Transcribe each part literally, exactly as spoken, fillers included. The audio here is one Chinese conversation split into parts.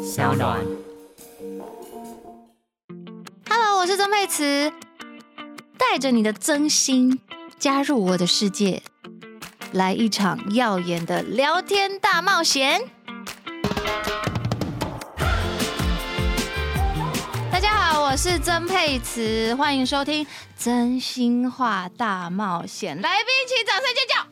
小暖。 Hello， 我是曾沛慈，带着你的真心加入我的世界，来一场耀眼的聊天大冒险。大家好，我是曾沛慈，欢迎收听真心话大冒险。来宾请掌声尖叫！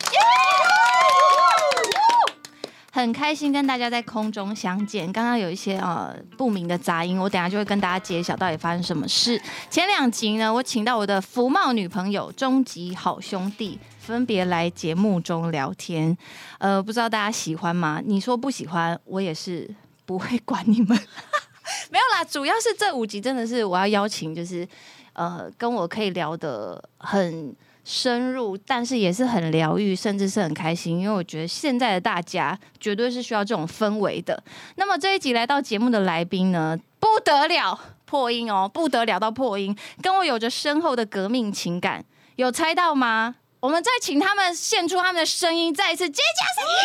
很开心跟大家在空中相见。刚刚有一些呃不明的杂音，我等一下就会跟大家揭晓到底发生什么事。前两集呢，我请到我的福茂女朋友、终极好兄弟，分别来节目中聊天。呃，不知道大家喜欢吗？你说不喜欢，我也是不会管你们。没有啦，主要是这五集真的是我要邀请，就是呃跟我可以聊得很深入，但是也是很疗愈，甚至是很开心，因为我觉得现在的大家绝对是需要这种氛围的。那么这一集来到节目的来宾呢，不得了，破音哦，不得了到破音，跟我有着深厚的革命情感，有猜到吗？我们再请他们献出他们的声音，再一次尖叫声！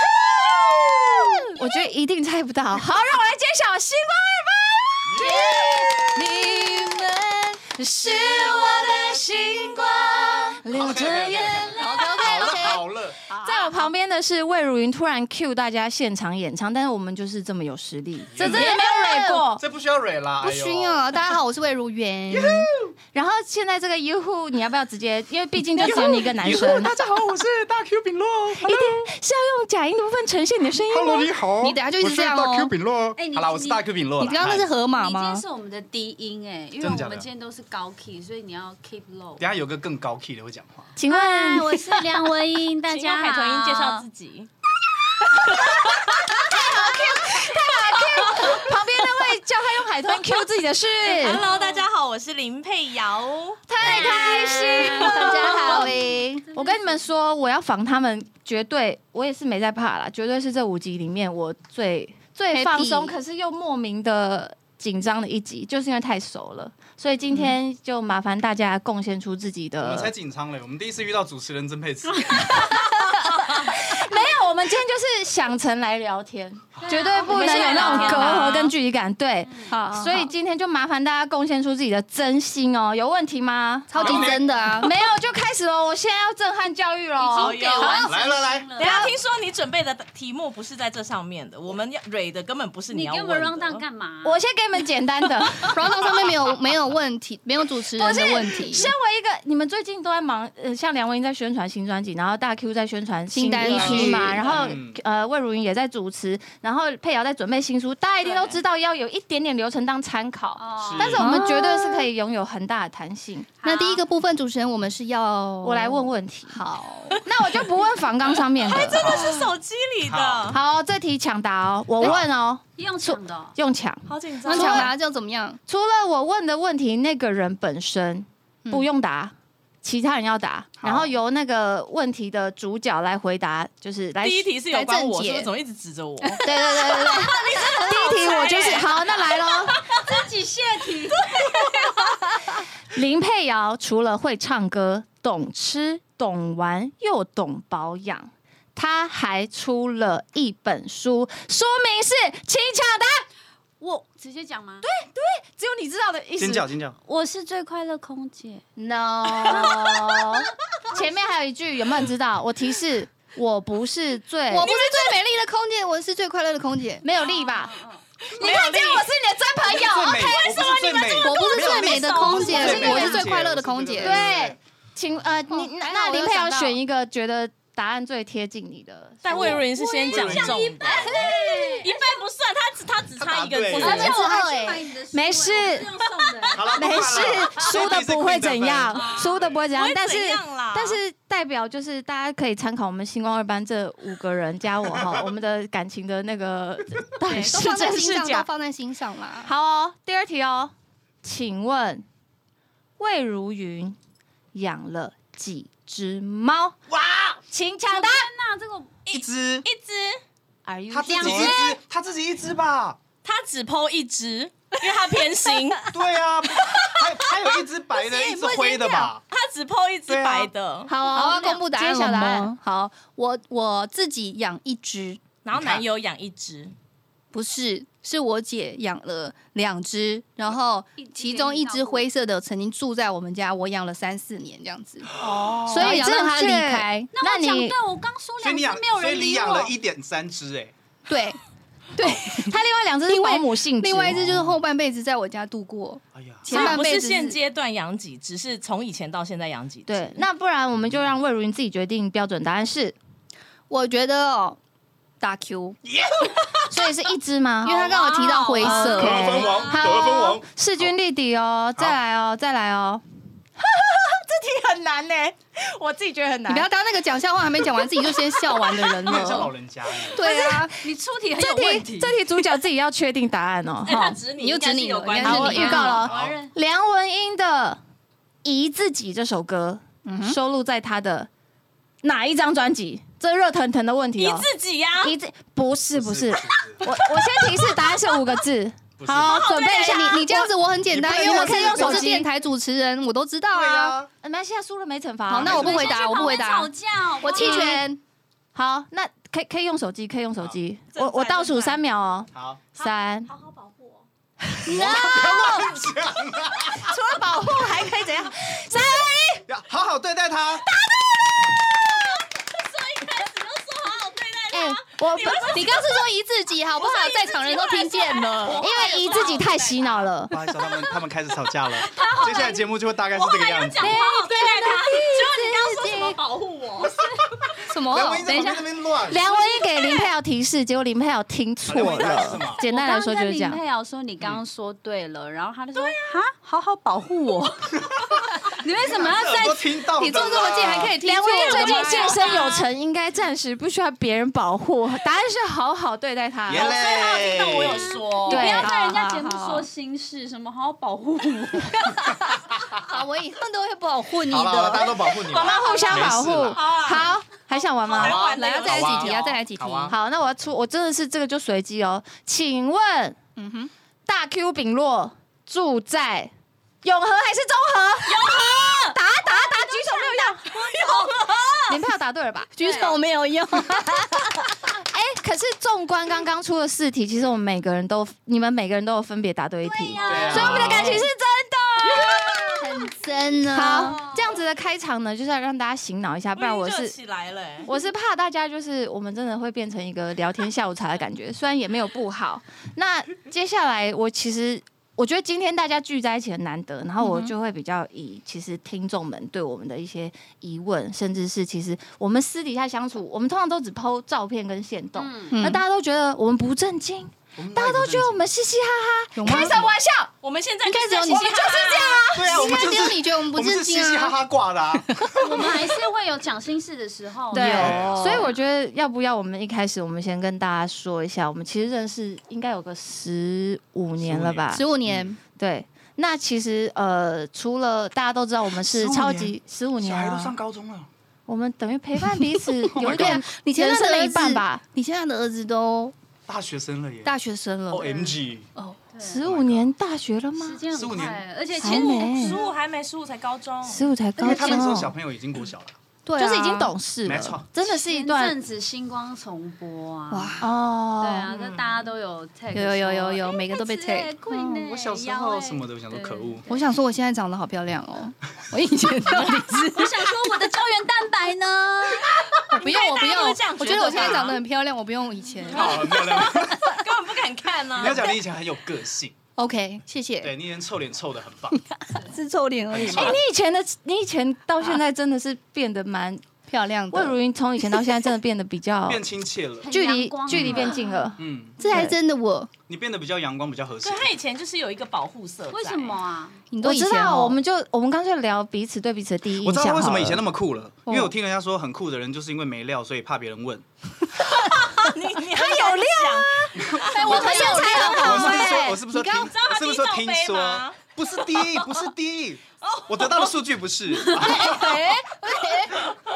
我觉得一定猜不到。好，让我来揭晓星光二班。你们是我的星光。流着眼泪。OK OK OK。 好了， 在我旁边的是魏如云，突然 cue 大家现场演唱，但是我们就是这么有实力，这真的没有蕊过， 这不需要蕊啦， 不需要。大家好，我是魏如云。 然后现在这个 Yoo-hoo， 你要不要直接？因为毕竟就只有你一个男生。 大家好，我是大 Q 饼洛。 一定是要用假音的部分呈现你的声音吗 Hello， 你好， 你等下就一直这样哦。 我是大 Q 饼洛。 哎， 好啦，我是大 Q 饼洛。 你刚刚那是河马你今吗？ 天是我们的低音哎，因为我们今天都是高 key， 所以你要 keep low。 等下有个更高 key 的会讲话。 请问我是梁文音，大家好。 海豚音介绍自己。 旁边那位叫他用海豚 Q 自己的是 Hello， 大家好，我是林佩瑶。 太开心了，大家好林。我跟你们说，我要防他们，绝对我也是没在怕啦，绝对是这五集里面我最最放松，可是又莫名的紧张的一集，就是因为太熟了，所以今天就麻烦大家贡献出自己的。 我们才紧张嘞，我们第一次遇到主持人曾沛慈。 没有，我们今天就是想成来聊天，绝对不能有那种隔阂跟距离感。对，所以今天就麻烦大家贡献出自己的真心哦，有问题吗？ 超级真的啊！ 没有就开始喽，我现在要震撼教育喽。 已经给完来了来， 等一下听说你准备的题目不是在这上面的，我们要蕊的根本不是你要问的。 你给我们 round down 干嘛？ 我先给你们简单的 ，round down 上面没有没有问题，没有主持人的问题。 身为一个，你们最近都在忙，呃，像梁文音在宣传新专辑，然后大 Q 在宣传新单曲嘛，然后呃魏如云也在主持，然后佩瑶在准备新书，大家一定都知道要有一点点流程当参考，但是我们绝对是可以拥有很大的弹性。 那第一个部分，主持人我们是要我来问问题， 好， 那我就不问访纲上面的， 真的是手机里的。 好，这题抢答哦，我问哦， 用抢的， 用抢， 好紧张。 那抢答就怎么样？ 除了我问的问题，那个人本身不用答。其他人要答，然后由那个问题的主角来回答，就是来第一题是有关我，是不是？怎么一直指着我？对对对对对，第一题我就是好，那来咯， 自己泄题。 林佩瑶除了会唱歌、懂吃、懂玩又懂保养，她还出了一本书，书名是《请抢答》。 我直接讲吗？ 对对，只有你知道的意思。 尖叫尖叫！ 我是最快乐空姐。 No， 前面还有一句，有没有人知道？我提示，我不是最， 我不是最美丽的空姐，我是最快乐的空姐。 没有力吧？你看，这样我是你的真朋友。OK， 为什么你们这么我不是最美的空姐，我是最快乐的空姐。 对，请呃，你那林佩瑶选一个觉得答案最贴近你的。 但魏如云是先讲中的，一半不算，他只他只差一个字， 我三分之二哎，没事，没事，输的不会怎样，输的不会怎样，但是但是代表就是大家可以参考我们星光二班这五个人加我哈，我们的感情的那个到底是真是假， 都放在心上啦。 好哦，第二题哦，请问魏如云养了几只猫？哇，请抢答。 那这个一只一只， 他自己一只，他自己一只吧？ 他只剖一只，因为他偏心。 对啊，还还有一只白的，一只灰的吧？ 他只剖一只白的。 好啊，我要公布答案了吗？ 好， 我我自己养一只， 然后男友养一只， 不是， 是我姐养了两只，然后其中一只灰色的曾经住在我们家，我养了三四年这样子。哦，所以养到它离开。 那我讲对，我刚说两只没有人理我。所以你养了一点三只哎。 对。对， 他另外两只是保姆性质， 另外一只就是后半辈子在我家度过。哎呀，前半辈子不是现阶段养几只，只是从以前到现在养几只。 对，那不然我们就让魏如云自己决定标准答案是， 我觉得哦，大 Q， 所以是一只吗？ 因为他刚好提到灰色， 得分王，得分王， 势均力敌哦，再来哦，再来哦。这题很难呢，我自己觉得很难。 你不要当那个讲笑话还没讲完，自己就先笑完的人了。 像老人家。 对啊， 你出题很有问题。 这题主角自己要确定答案哦。 他指你， 你又指你了。 好，我预告了。梁文音的《疑自己》这首歌收录在他的哪一张专辑？这热腾腾的问题哦。 疑自己呀？ 疑自不是不是，我我先提示，答案是五个字。好，准备一下。 你你这样子我很简单，因为我可以用手机电台主持人，我都知道啊。 没关系，输了没惩罚。 好，那我不回答，我不回答。 吵架， 我弃权。 好，那可以可以用手机，可以用手机。我我倒数三秒哦。 好， 三。 好好保护我。 然后除了保护还可以怎样？三二一， 要好好对待他。 我你刚是说疑自己好不好？在场人都听见了， 因为疑自己太洗脑了。 不好意思，他们他们开始吵架了。接下来节目就会大概是这个样子。 好好对待他，结果你刚刚说什么保护我？ 什么？ 等一下， 梁文音给林佩瑶提示，结果林佩瑶听错了。简单来说就是这样。 林佩瑶说你刚刚说对了，然后他就说哈，好好保护我。你为什么要在你坐这么近还可以听错？ 梁文音最近健身有成，应该暂时不需要别人保护。答案是好好对待他。 所以他有听到我有说， 你不要在人家节目说心事，什么好好保护我。 好，我以后都会保护你的。 好了，大家都保护你。 我们互相保护。好，还想玩吗？ 好，来，要再来几题啊？再来几题。 好，那我要出，我真的是这个就随机哦。请问，嗯哼，大 Q 丙洛住在永和还是中和？ 永和。 答答答，举手没有用。 永和。 林佩瑶答对了吧？ 举手没有用。 哎，可是纵观刚刚出的四题，其实我们每个人都，你们每个人都有分别答对一题，所以我们的感情是真的， 很真啊。 好，这样子的开场呢，就是要让大家醒脑一下，不然我是起来了， 我是怕大家就是我们真的会变成一个聊天下午茶的感觉，虽然也没有不好。那接下来我其实。我觉得今天大家聚在一起很难得，然后我就会比较以其实听众们对我们的一些疑问，甚至是其实我们私底下相处，我们通常都只 po 照片跟限动，嗯、那大家都觉得我们不正经。大家都觉得我们嘻嘻哈哈，开什么玩笑？ 我们现在应该只有你， 我们就是这样啊。 对啊，我们只有你觉得我们不正经啊？ 嘻嘻哈哈挂的啊。 我们还是会有讲心事的时候。 对，所以我觉得要不要我们一开始我们先跟大家说一下，我们其实认识应该有个十五年了吧？ 十五年， 对。那其实呃，除了大家都知道我们是超级十五年， 小孩都上高中了。 我们等于陪伴彼此有一点， 你现在的一半吧？ 你现在的儿子都。 大学生了耶！ 大学生了 ，O M G！ 哦， 十五年大学了吗？ 时间很快，而且前十五还没，十五才高中， 十五才高中。 他那时候小朋友已经国小了， 对，就是已经懂事了， 没错， 真的是一段阵子星光重播啊！ 哇哦， 对啊，那大家都有 tag， 有有有有，每个都被 tag。 我小时候什么的，我想说可恶。 我想说我现在长得好漂亮哦，我以前到底是我想说我的胶原蛋白呢？ 我不用，我不用，我觉得我现在长得很漂亮，我不用以前。 好，很漂亮， 根本不敢看呢。 你要讲你以前很有个性。 OK， 谢谢。 对，你以前臭脸臭的很棒， 是臭脸而已。 哎，你以前的，你以前到现在真的是变得蛮漂亮的。 魏如云从以前到现在真的变得比较变亲切了， 距离距离变近了。 嗯， 这还真的我。 你变得比较阳光，比较和谐。 对，他以前就是有一个保护色。 为什么啊？ 我知道，我们就我们刚才聊彼此对彼此的第一印象。 我知道为什么以前那么酷了，因为我听人家说很酷的人就是因为没料，所以怕别人问。 你你他有料啊！我们身材很好。 我是不是说，我是不是说听？ 我是不是说听说？不是第一，不是第一。我得到的数据不是。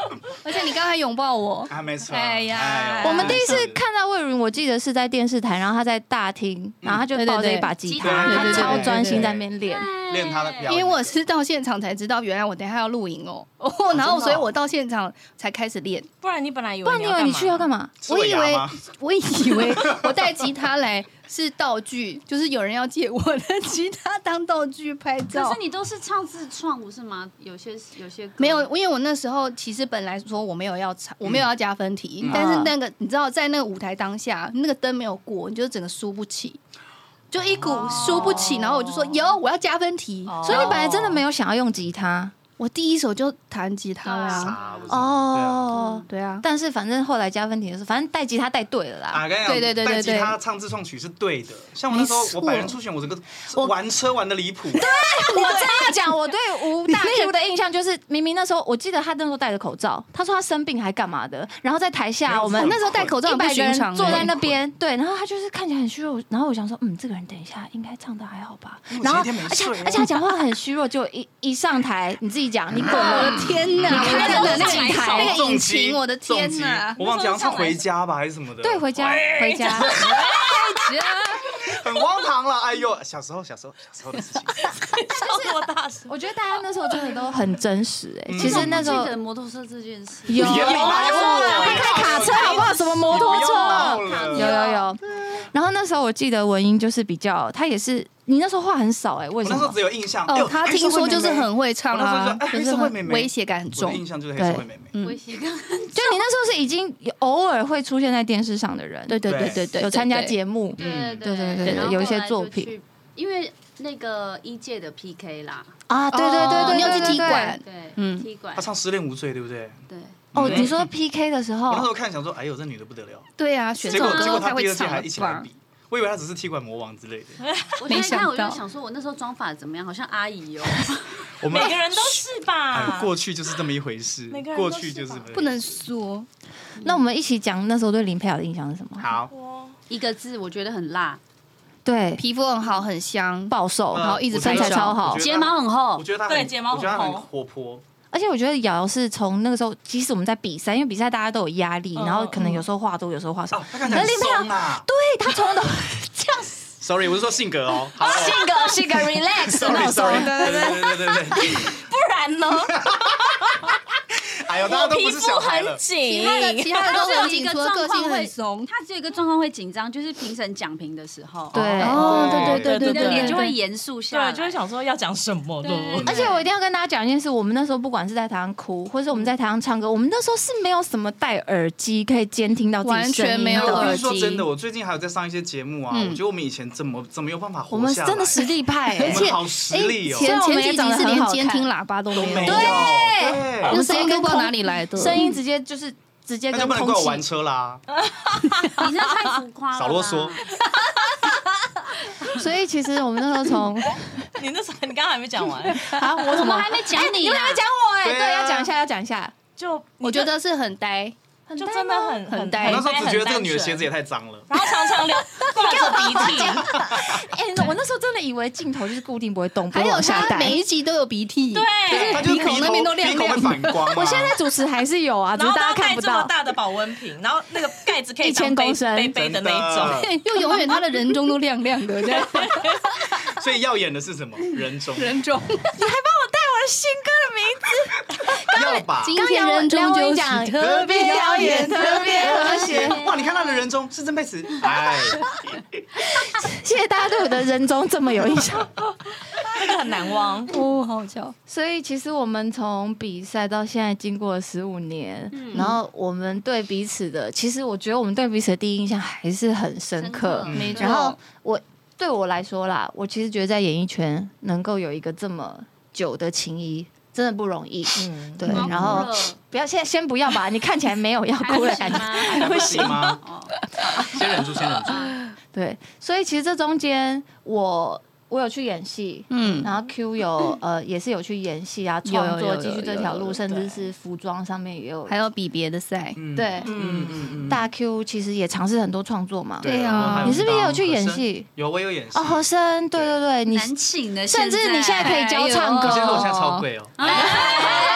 而且你刚才拥抱我啊，没错。 哎呀我们第一次看到魏如云，我记得是在电视台，然后他在大厅，然后他就抱着一把吉他，他超专心在那边练练他的表演。 因为我是到现场才知道，原来我等一下要录影哦，哦，然后所以我到现场才开始练。 不然你本来以为不然你以为你去要干嘛？ 我以为我以为我带吉他来是道具，就是有人要借我的吉他当道具拍照。 可是你都是唱自创不是吗？有些有些歌没有，因为我那时候其实本来说我没有要唱，我没有要加分题，嗯、但是那个你知道，在那个舞台当下，那个灯没有过，你就整个输不起。就一股输不起，然后我就说有，我要加分题。 所以你本来真的没有想要用吉他， 我第一首就弹吉他啦。 哦， 对啊。 但是反正后来加分题的时候，反正带吉他带对了啦。 啊， 对对对对对， 带吉他唱自创曲是对的。像我那时候，我百人初选，我整个玩车玩的离谱。 对，我真要讲，我对吴大 Q 的印象就是，明明那时候我记得他那时候戴着口罩，他说他生病还干嘛的，然后在台下我们那时候戴口罩一百个人坐在那边， 对， 然后他就是看起来很虚弱，然后我想说，嗯，这个人等一下应该唱的还好吧，然后而且而且他讲话很虚弱，就一一上台，你自己讲，你滚了， 我的天哪， 你看那个景台那个引擎，我的天哪， 我忘记唱回家吧还是什么的， 对，回家回家。 很荒唐了，哎呦，小时候小时候小时候的事情， 笑多大声？ 我觉得大家那时候真的都很真实哎、欸。其实那时候记得摩托车这件事， 有，他开卡车好不好？什么摩托车？有有有。然后那时候我记得文英就是比较，他也是。你那时候话很少哎、欸，为什么？ 我那时候只有印象哦，他听说就是很会唱啊， 就是很威胁感很重。 我的印象就是黑社会妹妹， 威胁感很重。 就你那时候是已经偶尔会出现在电视上的人， 对对对对对， 有参加节目， 对对对对对，有一些作品。 因为那个一届的 P K 啦， 啊，对对对对， 你要去踢馆， 对，嗯，踢馆。 他唱《失恋无罪》，对不对？ 对。 哦，你说 P K 的时候， 我那时候看想说，哎呦，这女的不得了。 对啊，选结果结果他第二届还一起来比。我以为他只是踢馆魔王之类的。 我现在看我就想说，我那时候妆法怎么样？好像阿姨哦。 我们每个人都是吧？ 过去就是这么一回事。过去就是不能说。 那我们一起讲那时候对林佩瑶的印象是什么？ 好， 一个字，我觉得很辣。 对， 皮肤很好，很香， 暴瘦， 然后一直身材超好， 睫毛很厚。 我觉得他对睫毛很很活泼。 而且我觉得瑶是从那个时候，即使我们在比赛，因为比赛大家都有压力，然后可能有时候话多，有时候话少。 他看起来很松啊。 对他从头这样。 Sorry， 我是说性格哦。 性格性格 relax， Sorry Sorry， 对对对对对。 不然呢？ 哎呦，大家都不是小孩了。 其他的其他的都很紧，除了个性很松。他只有一个状况会紧张，就是评审讲评的时候。 对， 哦，对对对对对， 脸就会严肃下来， 就会想说要讲什么的。 而且我一定要跟大家讲一件事，我们那时候不管是在台上哭，或者我们在台上唱歌，我们那时候是没有什么戴耳机可以监听到自己声音的， 完全没有耳机。 说真的，我最近还有在上一些节目啊，我觉得我们以前怎么怎么有办法活下来？ 我们真的实力派， 而且好实力哦。 前前几集是连监听喇叭都没有， 对， 我们声音都不知道哪里来的。 声音直接就是直接跟空气。 那就不能怪我玩车啦！ 你这太浮夸了。 少啰嗦。 所以其实我们那时候从你那时候你刚刚还没讲完啊，我怎么还没讲你？ 你还没讲我哎，对，要讲一下，要讲一下。 就我觉得是很呆， 就真的很很呆。 我那时候只觉得这个女的鞋子也太脏了， 然后常常流挂着鼻涕。 哎，我那时候真的以为镜头就是固定不会动， 还有他每一集都有鼻涕， 对， 就是鼻孔那边都亮亮， 会反光。 我现在主持还是有啊，只是大家看不到。 这么大的保温瓶，然后那个盖子可以一千公升杯杯的那一种， 又永远他的人中都亮亮的，这样。 所以要演的是什么？人中， 人中。 你还帮我带我的新歌的名字？ 要吧？ 今天人中就讲特别耀眼，特别和谐。 哇，你看他的人中是曾沛慈，哎， 谢谢大家对我的人中这么有印象， 这个很难忘哦，好好笑。 所以其实我们从比赛到现在经过了十五年，嗯、然后我们对彼此的，其实我觉得我们对彼此的第一印象还是很深刻。 没错。 然后我对我来说啦，我其实觉得在演艺圈能够有一个这么久的情谊。真的不容易，嗯，对，然后不要现在先不要吧，你看起来没有要哭的感觉， 还不行吗？先忍住，先忍住。 对，所以其实这中间我我有去演戏，嗯，然后 Q 有呃也是有去演戏啊，创作继续这条路，甚至是服装上面也有， 还有比别的赛， 对，嗯嗯嗯，大 Q 其实也尝试很多创作嘛， 对啊， 你是不是也有去演戏？ 有，我有演戏哦，和声，对对对，你难请的， 甚至你现在可以教唱歌， 我现在我现在超贵哦，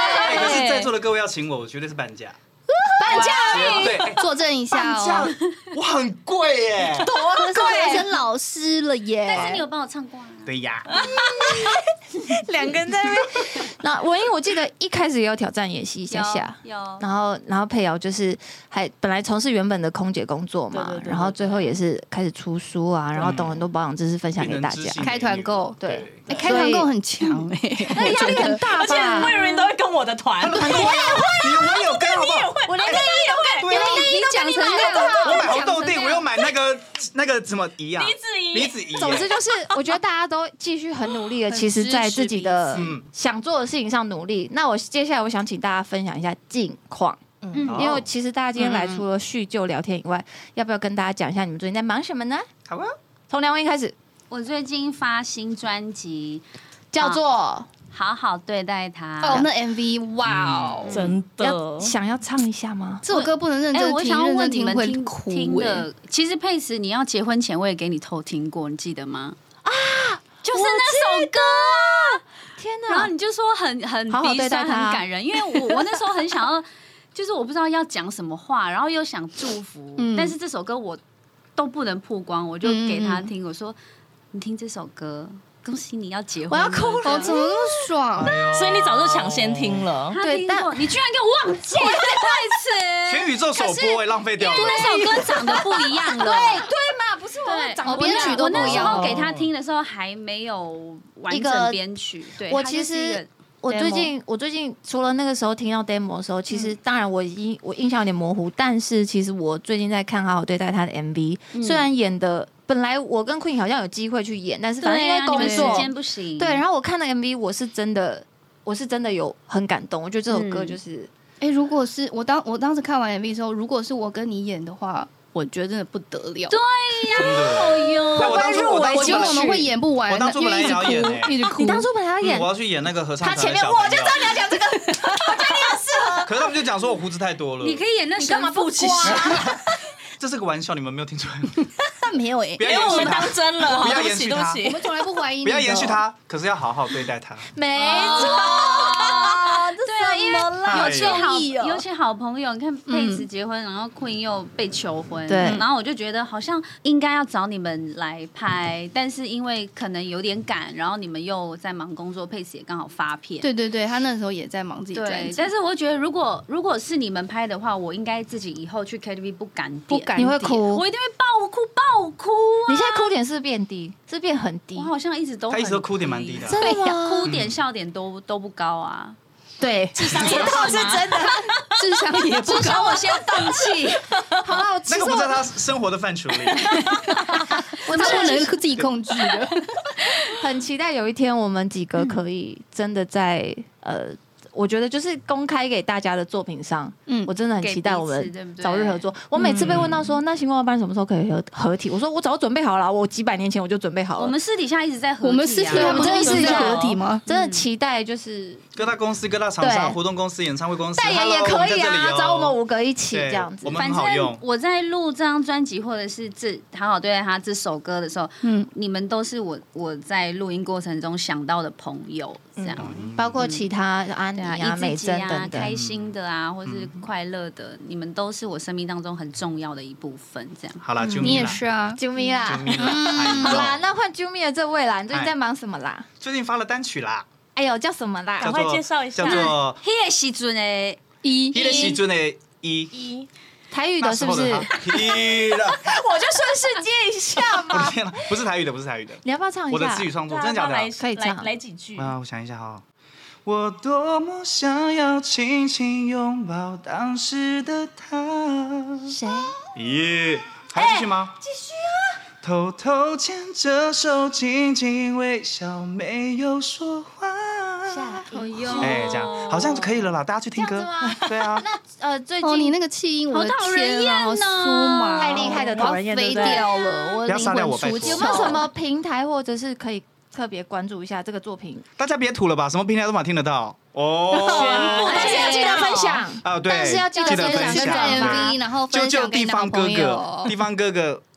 但是在座的各位要请我，我绝对是半价。 半价对， 作证一下哦， 我很贵耶， 多贵，成老师了耶。 但是你有帮我唱过啊？ 对呀， 两个人在那边。那文英我记得一开始也有挑战演戏一下下， 有， 然后然后佩瑶就是还本来从事原本的空姐工作嘛， 对对对对然后最后也是开始出书啊，然后懂很多保养知识分享给大家。 开团购， 对， 哎，开团购很强哎， 那压力很大吧？ 而且魏如云都会跟我的团， 我也会，你我有跟好不好？ 我连内衣都跟， 对啊， 你讲成那样， 我买红豆锭，我又买那个那个什么仪啊， 李子怡， 李子怡。 总之就是，我觉得大家都继续很努力的，其实在自己的想做的事情上努力。那我接下来我想请大家分享一下近况，嗯，因为其实大家今天来除了叙旧聊天以外，要不要跟大家讲一下你们最近在忙什么呢？ 好啊， 从梁文音开始。 我最近发新专辑， 叫做好好对待他。 哦，那 M V 哇哦， 真要的想要唱一下吗？ 这首歌不能认哎， 真听， 我想要认真问你们听会听哭听哎。 的，其实佩慈你要结婚前我也给你偷听过，你记得吗？啊，就是那首歌啊！ 天然后哪！ 你就说很很好好鼻酸， 对待他很感人，因为我我那时候很想要，就是我不知道要讲什么话，然后又想祝福， 嗯但是这首歌我都不能曝光，我就给他听，我说你听这首歌。恭喜你要结婚！ 我要哭了哦，怎么那么爽？ 所以你早就抢先听了。 他听对但过，你居然给我忘记了台词， 全宇宙首播，浪费掉了。 那首歌长得不一样了。 对对嘛，不是我对， 长得我编曲都我那时不一样候给他听的时候还没有完一个整编曲。对， 我它就是一个其实我最近我最近除了那个时候听到 demo 的时候，其实当然我已经我印象有点模糊，但是其实我最近在看《好好对待他》的 M V，、 嗯虽然演的本来我跟 Queen 好像有机会去演，但是反正因为对啊，你工作， 们时间不行。 对，然后我看那 M V， 我是真的我是真的有很感动，我觉得这首歌就是。 哎，如果是我当我当时看完 M V 的时候，如果是我跟你演的话，我觉得真的不得了。 对真的呀，哟， 对我当初我当初我觉得我们会演不完， 我当初本来因为一直也要演欸哭，一直哭。 你当初本来要演嗯我，要去演那个合唱他前团的小朋友， 面我就知道你要讲这个，我觉得你很适合。 可是他们就讲说我胡子太多了， 你可以演那干嘛不神父，其刮实这是个玩笑，你们没有听出来吗？ 没有哎不，要因为我们延续他当，真了， 不要对不延续他起对不起我。们从来不怀疑你， 不要延续。他，可是要好好对待他。 没哦错，这对啊，因为哎尤其好， 意哦尤其好朋友，你看佩慈结婚，然后 Queen 又被求婚， 对然后我就觉得好像应该要找你们来拍，但是因为可能有点赶，然后你们又在忙工作，佩慈也刚好发片， 对对对，他那时候也在忙自己专对， 辑， 但是我觉得如果如果是你们拍的话，我应该自己以后去 K T V 不敢点， 不敢你会点哭我一定会爆哭爆哭啊！ 你现在哭点是不是变低，是变很低我。好像一直都他一直都很哭点蛮低的啊真的吗？ 哭点笑点都都不高啊， 对，智商也倒是真的。 智商也不至少我先放弃。 好了，我其实我那个不在他生活的范畴里。 我他不能自己控制的。 很期待有一天我们几个可以真的在呃。我觉得就是公开给大家的作品上，嗯，我真的很期待我们给彼此对不对早日合作。我每次被问到说，那星光班什么时候可以合合体？我说我早就准备好了，我几百年前我就准备好了。 我们私底下一直在合体啊， 我们私底下我们真的是在合体吗？ 真的期待就是各大公司、各大厂商、 对活动公司、演唱会公司， 代言也 Hello， 可以我们在这里啊， 哦找我们五个一起对这样子我。们反很好用正。我在录这张专辑或者是这好好对待他这首歌的时候，嗯，你们都是我我在录音过程中想到的朋友，这样。 包括其他安妮对啊， 啊、美一自己啊， 珍等等开。心的啊，或是快乐的，你们都是我生命当中很重要的一部分。这样， 好啦，啾你也咪啦， 是啊， 啾咪啦啾，咪啦， 好啦， 哎呦那换啾咪的这位啦，你最近在忙什么啦？ 最近发了单曲啦， 哎呦，叫什么啦？ 赶快介绍一下叫做迄个时阵的一 《迄个时阵的一》， 一台语的是不是？ 那时候的他一了， 我就顺势接一下嘛。 我的天哪，不是台语的，不是台语的， 你要不要唱一下？ 我的词语创作，真的假的啊？ 来可以唱来来几句。 啊，我想一下哈。我多么想要轻轻拥抱当时的他。 谁？ 耶，还要继续吗？继续啊！偷偷牵着手，轻轻微笑，没有说话。 下一呦哎，这样好像就可以了啦，大家去听歌这样子。 对啊， 那呃，最哦，你近那个气音，我的好讨人厌天啊，好哦酥麻， 太厉害的讨人厌我要飞对不对掉了，我不要杀掉灵魂出我拜托有没有什么平台或者是可以特别关注一下这个作品？ 大家别土了吧，什么平台都嘛听得到哦。 但是要记得分享啊，对， 但是要记得记得分享分享跟着对 M V，然后分救救享给你地方哥男朋哥， 友。 地方哥哥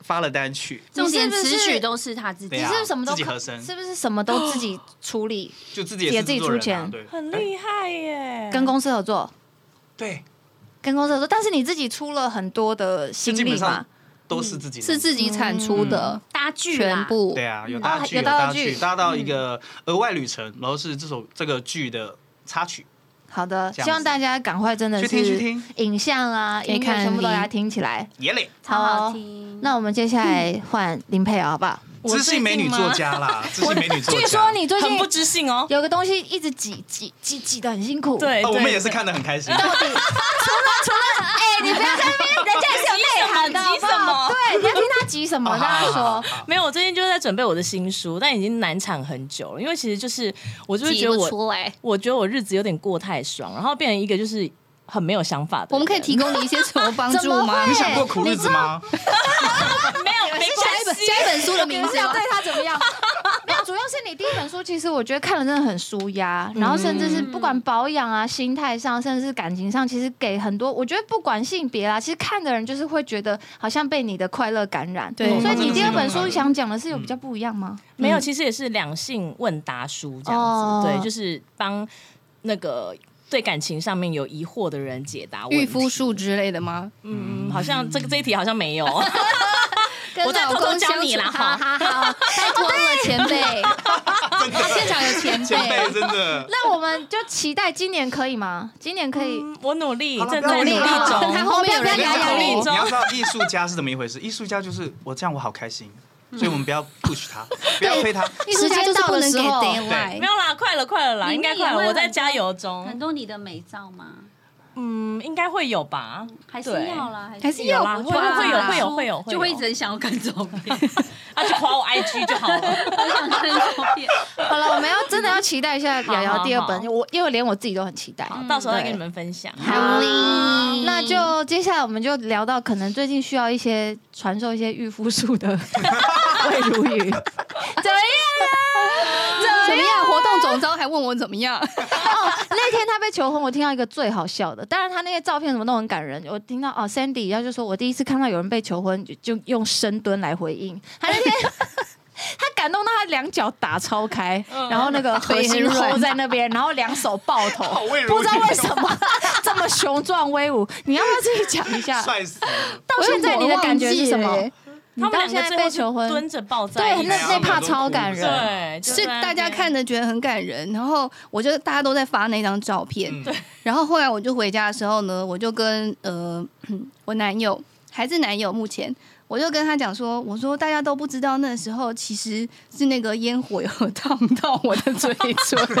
发了单曲， 重点你是不是词曲都是他自己对，啊你是什么都自己和声是不是什么都自己处理？ 就自己也是也自己制作人啊出钱对， 很厉害耶， 跟公司合作， 对， 跟公司合作，但是你自己出了很多的心力嘛基本上。都是自己的是自己产出的搭剧啦， 全部。 对啊，有搭剧， 哦有有搭搭到剧剧，搭到一个额外旅程，然后是这首这个剧的插曲。 好的， 这样子希望大家赶快真的去听去是听影像啊，音乐可以看全部都 M V 给它听起来。 耶嘞， 超好哦听。 那我们接下来换林佩瑶好不好？ 我知性美女作家啦，知性美女作家。 据说你最近很不知性哦。 有个东西一直挤挤挤挤的很辛苦。， 对， 哦，我们对也是看得很开心。 到底除了除了哎，你不要在那边，人家是有内涵的， 急什么好不好对，你要听他急什么？ 好大家说。 好好没有，我最近就是在准备我的新书，但已经难产很久了。因为其实就是我就是觉得挤不我， 出来。 我觉得我日子有点过太爽，然后变成一个就是很没有想法的人。 我们可以提供你一些什么帮助吗？ 怎么会你想过苦日子吗？ 没有没下一本关系。 下一本书的名字吗你是要对？他怎么样？没有，主要是你第一本书，其实我觉得看了真的很舒压，然后甚至是不管保养啊、心态上，甚至是感情上，其实给很多，我觉得不管性别啦，其实看的人就是会觉得好像被你的快乐感染。 对所以你真的是第二本书一种快乐想讲的是有比较不一样吗？ 没有，其实也是两性问答书这样子， 哦对，就是帮那个对感情上面有疑惑的人解答问题御夫术之类的吗？ 嗯，好像这个这一题好像没有。 跟我再偷偷老公相教你啦处好好好，拜托了前辈，现场有前前辈辈。 真的。 那我们就期待今年可以吗？今年可以。 嗯我努力， 好了正在努力不要努力中。 他后面有人不要不要压力努力中你要知道艺术家是怎么一回事，艺术家就是我这样我好开心，所以我们不要 push 他，不要推他。 艺术家就是不能给时间到的时候 deadline 没。有啦，快了快了啦， 里应该快了， 面也会我在加油很中。 多你的美照吗？ 嗯，应该会有吧？ 还是对要啦， 还是有啦， 我会觉得啦会有会有会有会有， 就会一直很想要看照片， 啊，就划我 I G 就好了。 很想看照片。 好了，我们要真的要期待一下瑶瑶第二本， 好好我因为连我自己都很期待。 好，到时候再跟你们分享。 好嘞，那就接下来我们就聊到可能最近需要一些传授一些御夫术的魏如雨，怎么样啊？ 怎么样？活动总招还问我怎么样？ 哦，那天他被求婚，我听到一个最好笑的，当然他那些照片什么都很感人。我听到哦，Sandy，他就说我第一次看到有人被求婚，就就用深蹲来回应。他那天他感动到他两脚打超开，然后那个核心腿很软 hold 在那边，然后两手抱头好魏，如雨不知道为什么这么雄壮威武。你要不要自己讲一下？ 帅死了！ 到现在你的感觉是什么？你他们两到现在个最后是被求婚， 蹲着抱在一对， 起， 那那怕超感人。 对，就是在那大家边看的觉得很感人，然后我就大家都在发那张照片， 对， 然后后来我就回家的时候呢，我就跟呃我男友还是男友，目前我就跟他讲说，我说大家都不知道那时候其实是那个烟火有烫到我的嘴唇， 假的？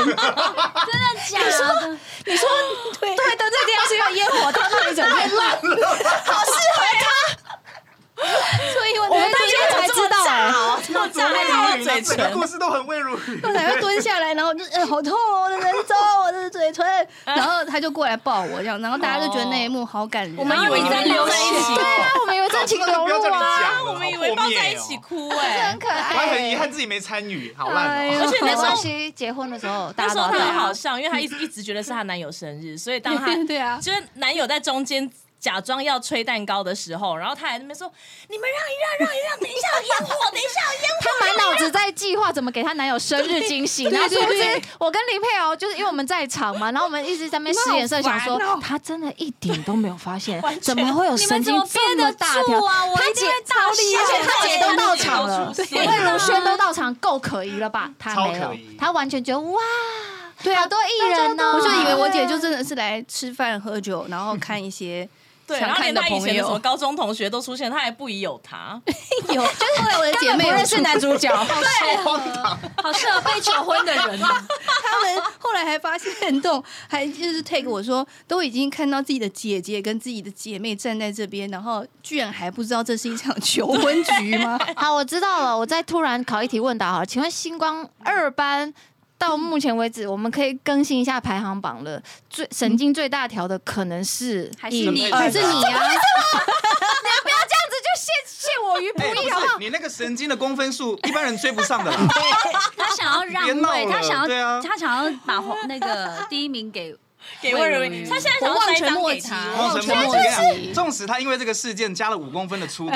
你说对对的，这地方是用烟火烫到你整片烂了，好适合他。 所以我我们到才现在才知道哎、 好，这么炸害他的嘴整个故唇。 事都很魏如雨。 后来要蹲下来，然后就呃好痛哦，我的人中，我的嘴唇，然后他就过来抱我这样，然后大家就觉得那一幕好感人。 我们以为你们流抱在一起， 对啊，我们以为真情流不要叫你露啊， 讲了， 我们以为抱在一起哭哎很。可爱、 我还很遗憾自己没参与，好烂哎哦。 呦而且那时候没关系，结婚的时候大那时候他家都要带啊。 很好笑，因为他一直一直觉得是她男友生日，所以当他对啊， 就是男友在中间假装要吹蛋糕的时候，然后他还在那边说：“你们让一让，让一让，等一下有烟火，等一下有烟火。” 她满脑子在计划怎么给她男友生日惊喜，然后殊不知我跟林佩瑶就是因为我们在场嘛，然后我们一直在那边使眼色，想说你们好烦哦她真的一点都没有发现完，全怎么会有神经这么大条？ 啊？我她姐一定会大而且她姐都到场了， 对魏如萱都到场，够可疑了吧？她没有超可疑， 她完全觉得哇， 对啊好多艺人哦， 我就以为我姐就真的是来吃饭喝酒，然后看一些对，然后想看的朋连他以前的什么友。 高中同学都出现，他还不疑有他。 有，就是后来我的姐妹有不认识男主角， 好适合被求婚的人啊！ 他们后来还发现动，还就是 take 我说，都已经看到自己的姐姐跟自己的姐妹站在这边，然后居然还不知道这是一场求婚局吗？ 好，我知道了。我再突然考一题问答好了，请问星光二班到目前为止，我们可以更新一下排行榜了。最神经最大条的可能是还是以你二还是你啊？ 不要这样子就陷陷我于不哎，不义，好不好是？你那个神经的公分数，一般人追不上的啦。 他想要让位， 别闹了他想要对啊他想要把红那个第一名给给魏如雨，他现在想要塞一张给他。 望尘莫及， 望尘莫我跟你及讲，纵使他因为这个事件加了五公分的粗度，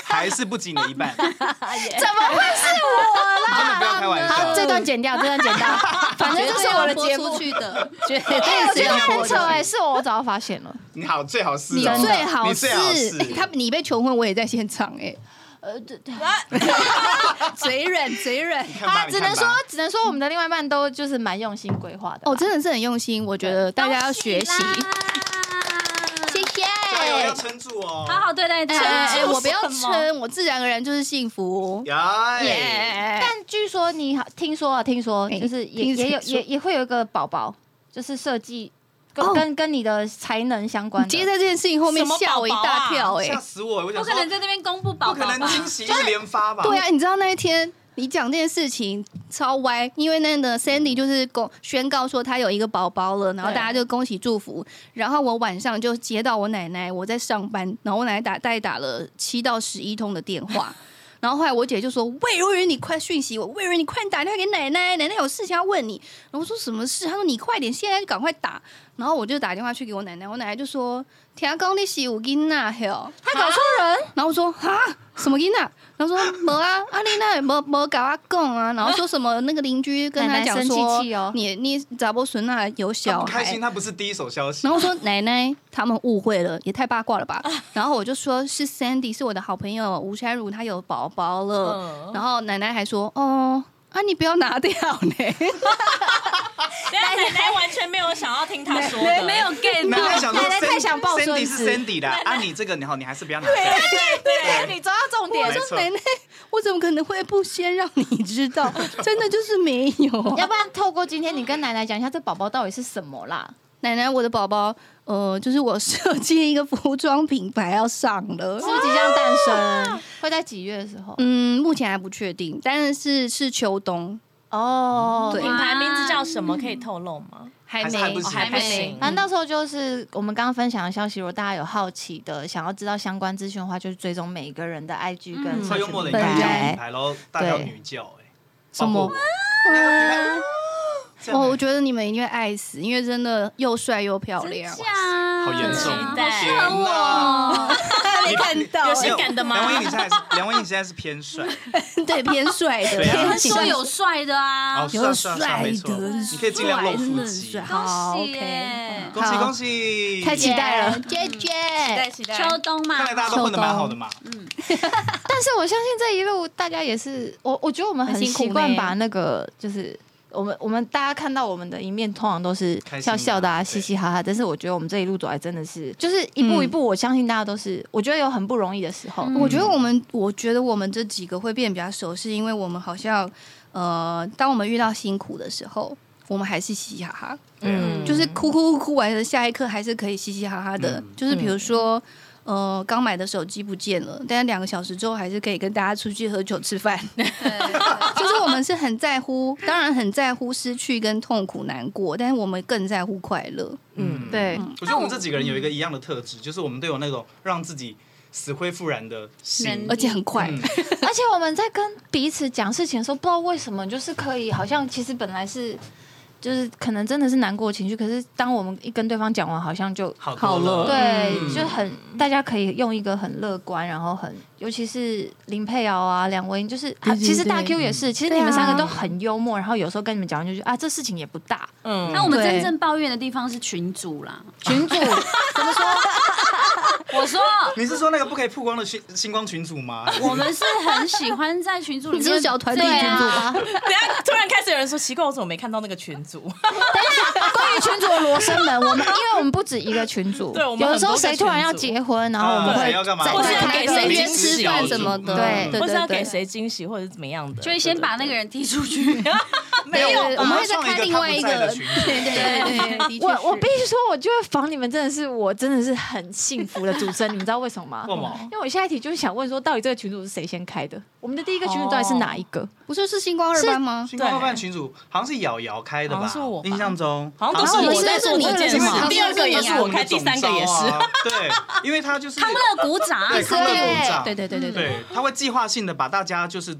还是不及你的一半。 怎么会是我啦？ 真的不要开玩笑。 好，这段剪掉，这段剪掉，反正这是我的节目播出去的，绝哎，我觉得对是要播很扯哎， 的。 是我，我早就发现了。 你好，最好是你哦最好你最好是是他，你被求婚，我也在现场哎， 呃，对对。 嘴软嘴软。 啊， 看吧你看吧只能说，只能说我们的另外一半都就是蛮用心规划的。 哦，真的是很用心，我觉得大家要学习。谢谢。 加油，要撑住哦。 好好对待他。 哎哎，我不要什么撑，我自然而然就是幸福。 呀， 耶！ 但据说你好，听说啊，听说哎就是也听谁也有说也也会有一个宝宝，就是设计跟哦跟跟你的才能相关的。 接在这件事情后面什么吓我一大跳哎、 吓死我！我想不可能说， 在这边公布宝宝吧？ 不可能惊喜一直连发吧？ 对啊，你知道那一天你讲这件事情超歪，因为那个 Sandy 就是公宣告说她有一个宝宝了，然后对大家就恭喜祝福。然后我晚上就接到我奶奶，我在上班，然后我奶奶打大概打了七到十一通的电话。然后后来我姐就说：“魏瑞云，你快讯息我，魏瑞云，你快打电话给奶奶，奶奶有事情要问你。”然后我说：“什么事？”她说：“你快点，现在就赶快打。”然后我就打电话去给我奶奶，我奶奶就说：“听讲你是有囡仔哟。” 他搞错人， 然后我说：“哈，什么囡仔？”然后说：“没啊，啊你那没没跟我讲啊。”然后说什么那个邻居跟他讲奶奶生说气气哦：“ 你你咋不孙那有他小孩不开心，？”他不是第一手消息然。后说奶奶他们误会了，也太八卦了吧。然后我就说是 Sandy 是我的好朋友吴珊如，她有宝宝了。 嗯然后奶奶还说哦啊你不要拿掉呢， 对啊，奶奶完全没有想要听他说的， 没有 get 奶奶想说奶奶太想抱孙 Sandy 子是 Sandy 的啊，你这个你好，你还是不要拿掉。 对你抓到重点没。错奶奶我怎么可能会不先让你知道？真的就是没有。 要不然透过今天你跟奶奶讲一下，这宝宝到底是什么啦？ 奶奶，我的宝宝，呃，就是我设计一个服装品牌要上了是，不是即将诞生？会在几月的时候？ 嗯，目前还不确定，但是是秋冬， 哦， 对品牌名字叫什么？可以透露吗？ 还没， 还是还不行还不行反正到时候就是我们刚刚分享的消息，如果大家有好奇的，想要知道相关资讯的话，就是追踪每一个人的 I G 跟嗯超幽默的一对个叫品牌喽，大叫女教哎， 什么包括我嗯这样哦，我觉得你们一定会爱死，因为真的又帅又漂亮。 假好严重期待天哪没看到有性感的吗梁文音，你现在是梁文音，你现在是偏帅， 对，偏帅的， 对啊他偏喜欢说有帅的啊哦，， 有帅帅帅帅没错， 的， 你可以尽量露腹真的肌帅。好恭喜 ，OK， 耶恭喜好恭喜！ 太期待了，姐期姐。 待期待。 秋冬嘛看，来大家都混得蛮好的嘛。 但是我相信这一路大家也是，我我觉得我们很很辛苦习惯呢把那个就是。我们我们大家看到我们的一面，通常都是开心的笑笑的啊， 对嘻嘻哈哈。但是我觉得我们这一路走来，真的是就是一步一步，我相信大家都是，我觉得有很不容易的时候。 我觉得我们，我觉得我们这几个会变得比较熟，是因为我们好像，呃，当我们遇到辛苦的时候，我们还是嘻嘻哈哈， 嗯就是哭哭哭完了，下一刻还是可以嘻嘻哈哈的。 嗯就是比如说，呃，刚买的手机不见了，但是两个小时之后还是可以跟大家出去喝酒吃饭。就是我们是很在乎，当然很在乎失去跟痛苦难过，但是我们更在乎快乐。 嗯， 对， 我觉得我们这几个人有一个一样的特质，就是我们都有那种让自己死灰复燃的心能。 而且很快， 嗯而且我们在跟彼此讲事情的时候，不知道为什么就是可以，好像其实本来是。就是可能真的是难过的情绪，可是当我们一跟对方讲完，好像就好多了对， 嗯就很大家可以用一个很乐观，然后很，尤其是林佩瑶啊、梁文音，就是啊对对其实大对 Q 也是，其实对啊你们三个都很幽默，然后有时候跟你们讲完就觉得啊，这事情也不大， 嗯那我们对真正抱怨的地方是群主啦。 群主怎么说？ 我说你是说那个不可以曝光的星星光群组吗？ 我们是很喜欢在群组里你是面， 不是小团体对群组啊， 等一下突然开始有人说奇怪，我怎么没看到那个群组？ 关于群主的罗生门，我们因为我们不止一个群主， 对我们有的时候很多个谁突然要群组结婚，然后我们啊会谁要干嘛或是要再再开给谁约惊喜吃饭什么的， 对对或是要对对。 给谁惊喜，或者是怎么样的？ 就会先把那个人踢出去。 没有对，我们会再开另外一个， 他不在的群组对对对对，的确我我是必须说，我觉得防你们真的是我真的是很幸福的主持人，你们知道为什么吗？ 为什么因为我下一题就是想问说，到底这个群组是谁先开的？我们的第一个群组到底是哪一个？ 不是是星光二班吗？ 星光二班群组好像是瑶瑶开的吧？ 好像是我吧印象中好像都是我在做这件事好像，是第二个也是我开，第三个也是。 对，因为他就是康乐鼓掌， 对康乐鼓掌， 对对对对对， 对，他会计划性的把大家就是都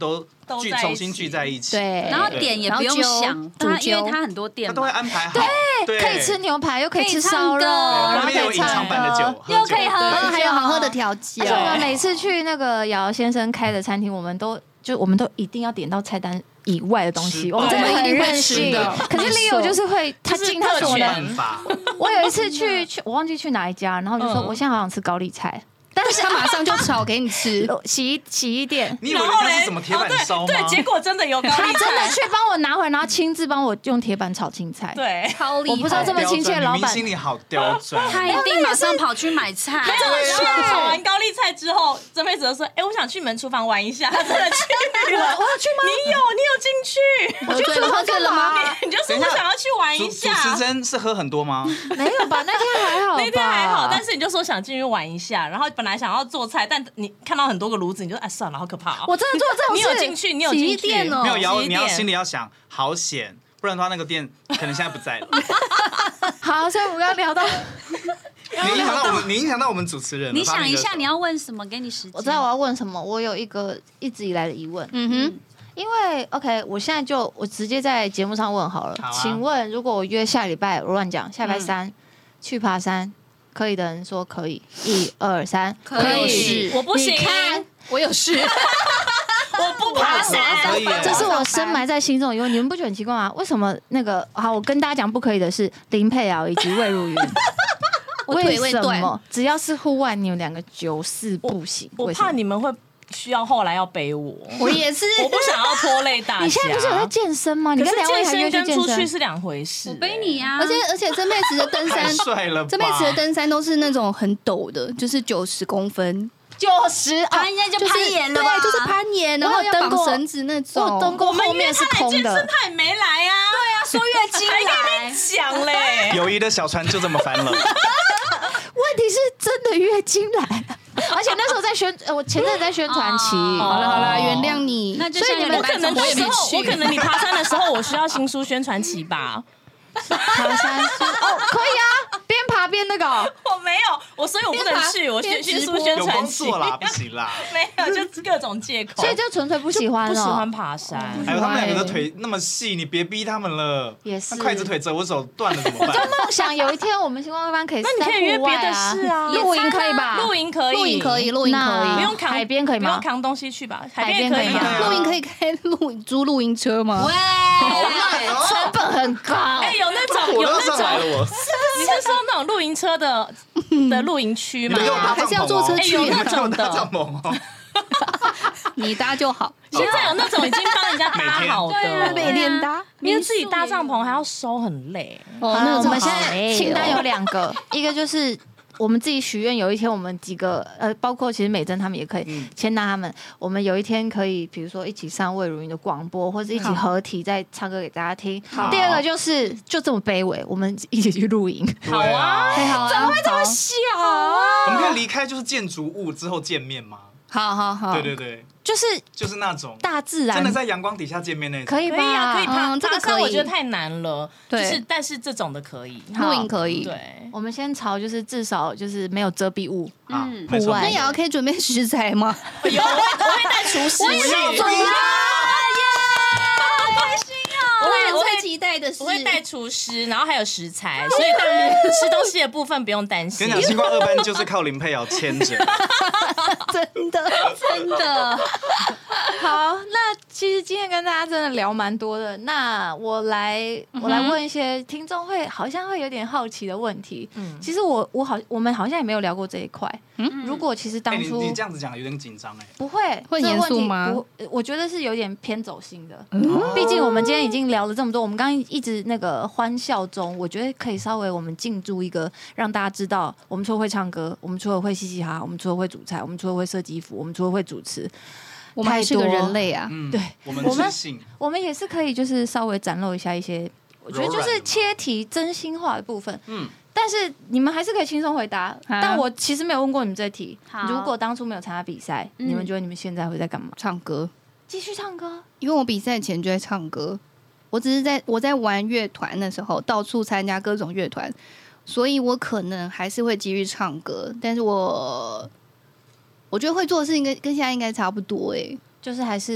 聚都在一起重新聚在一起， 对然后点也不用想， 然后它因为它很多店嘛， 他都会安排好，对， 可以吃牛排，又可以吃可以唱烧肉， 歌然后旁边有隐可以唱藏版的酒，喝酒又可以喝然后还有好喝的酒调酒而且我们每次去那个瑶先生开的餐厅，我们都就我们都一定要点到菜单以外的东西， 是我们真的很对一定会任性吃的。 可是 Leo 就是会，他就是尽他所没特权能。 办法， 我有一次去去，我忘记去哪一家，然后就说嗯我现在好想吃高丽菜， 但是他马上就炒给你吃。 洗衣洗衣店。 你以为人家是什么铁板烧吗？ 对，结果真的有高丽他真的菜。 去帮我拿回来，然后亲自帮我用铁板炒青菜。 对， 超厉害！ 我不知道这么亲切的老板你明星你好刁钻， 他一定马上跑去买菜。 他真的去炒完高丽菜之后，曾佩泽说：“哎，我想去你们厨房玩一下。”他真的去了， 我有去吗？ 你有，你有进去， 喝醉了，喝醉了吗？ 你就说我想要去玩主主一下。 持真是喝很多吗？ 没有吧？那天还好吧， 那天还好，但是你就说想进去玩一下，然后本来想要做菜，但你看到很多个炉子，你就哎算了，好可怕哦。 我真的做这种你事。 有进去，你有洗进去衣店哦没有瑶， 洗衣店你要心里要想，好险，不然的话那个店可能现在不在了。 好，所以我们刚刚聊到， 你影响到我们，你影响到我们主持人了。 你想一下，你要要问什么？给你时间。 我知道我要问什么。我有一个一直以来的疑问， 嗯哼， 因为 OK，我现在就我直接在节目上问好了。 好啊请问，如果我约下礼拜，我乱讲，下礼拜三、去爬山，可以的人说可以，一二三， 可以我不行你看， 我有事。 我不爬山。 可以耶， 这是我深埋在心中的疑问，你们不觉得很奇怪吗？为什么那个好，我跟大家讲不可以的是林佩瑶以及魏如云。 我为什腿会断么只要是户外，你们两个九四不行？ 我为什么怕你们会需要后来要背我， 我也是。 我不想要拖累大家。 你现在不是有在健身吗？你可是跟两位健还约去健身跟出去身？ 是两回事。 我背你呀、 而且而且这辈子的登山太，帅了吧！ 这辈子的登山都是那种很陡的，就是九十公分， 九十啊攀岩就攀岩了吧对，就是攀岩，然后要绑绳子那种。 我登过我们约后面是他来健身， 空的。 他也没来啊。对啊， 说月经还跟来你，讲嘞。 友谊的小船就这么翻了。 问题是真的月经来了，而且那时候在宣，呃我前阵子在宣传期。 哦好了好了，原谅你。 那就所以你们我可能我也没那时候， 去我可能你爬山的时候，我需要新书宣传期吧。 爬山是哦，可以啊，边爬边那个哦。 我没有，我所以我不能去，我宣新书宣有传期工作啦，不行啦。 没有，就各种借口。 所以就纯粹不喜欢哦， 不喜欢爬山。 还有他们两个的腿那么细，你别逼他们了。 也是那筷子腿折我手断了怎么办？ 梦想有一天我们星光班可以， 那你可以约别的事啊， 露营可以吧？ 露营可以， 露营可以，露营可那以， 不用扛海边可以吗不用扛东西去吧？ 海海边可以边可以吗啊。 露营可以开露营租露营车吗？ 喂， 成本很高。 哎，有那种我都有那种， 上来了我。 你是说那种露营车的的露营区吗你们？给我搭还是要坐车哎去？ 有那种你们给我搭的帐篷哦。 你搭就好， 现在有那种已经帮人家搭好每天的， 对啊每天搭。 因为自己搭帐篷还要收，很累。 哦好，我们现好在清单有两个，一个就是我们自己许愿，有一天我们几个呃，包括其实美珍他们也可以嗯签到他们，我们有一天可以，比如说一起上魏如云的广播，或者一起合体再唱歌给大家听。 好第二个就是就这么卑微，我们一起去露营。 好啊， 很好啊，怎么会这么小啊？ 我们可以离开就是建筑物之后见面吗？ 好好好， 对对对， 就是就是那种大自然真的在阳光底下见面那种。 可以吧？ 可以啊，可以爬。 嗯这个爬山可以我觉得太难了，就对是但是这种的可以。 好露营可以。 对， 我们先朝就是至少就是没有遮蔽物。 啊嗯， 没错户外那也要可以准备食材吗？ 有我会我会带厨师去， 准备我会我会最期待的是我会带厨师，然后还有食材，所以大家吃东西的部分不用担心跟你。讲，星光二班就是靠林佩瑶牵着。 真的真的， 好，那其实今天跟大家真的聊蛮多的。那我来，我来问一些听众会好像会有点好奇的问题。嗯，其实我我好，我们好像也没有聊过这一块。嗯，如果其实哎，你当初你这样子讲有点紧张哎。 不会， 会这个问题严肃吗不，我觉得是有点偏走心的。毕竟我们今天已经聊了这么多，我们刚刚一直那个欢笑中，我觉得可以稍微我们进驻一个，让大家知道，我们除了会唱歌，我们除了会嘻嘻哈哈，我们除了会煮菜，我们除了会设计衣服，我们除了会主持， 我们还是个太多人类啊。 嗯， 对我们我们知性。 我们也是可以就是稍微展露一下一些，我觉得就是切题真心话的部分。 嗯， 但是你们还是可以轻松回答。但我其实没有问过你们这题。 好如果当初没有参加比赛， 嗯你们觉得你们现在会在干嘛？ 唱歌， 继续唱歌？ 因为我比赛前就在唱歌，我只是在我在玩乐团的时候到处参加各种乐团，所以我可能还是会继续唱歌，但是我我觉得会做的事情跟跟现在应该差不多哎、 就是还是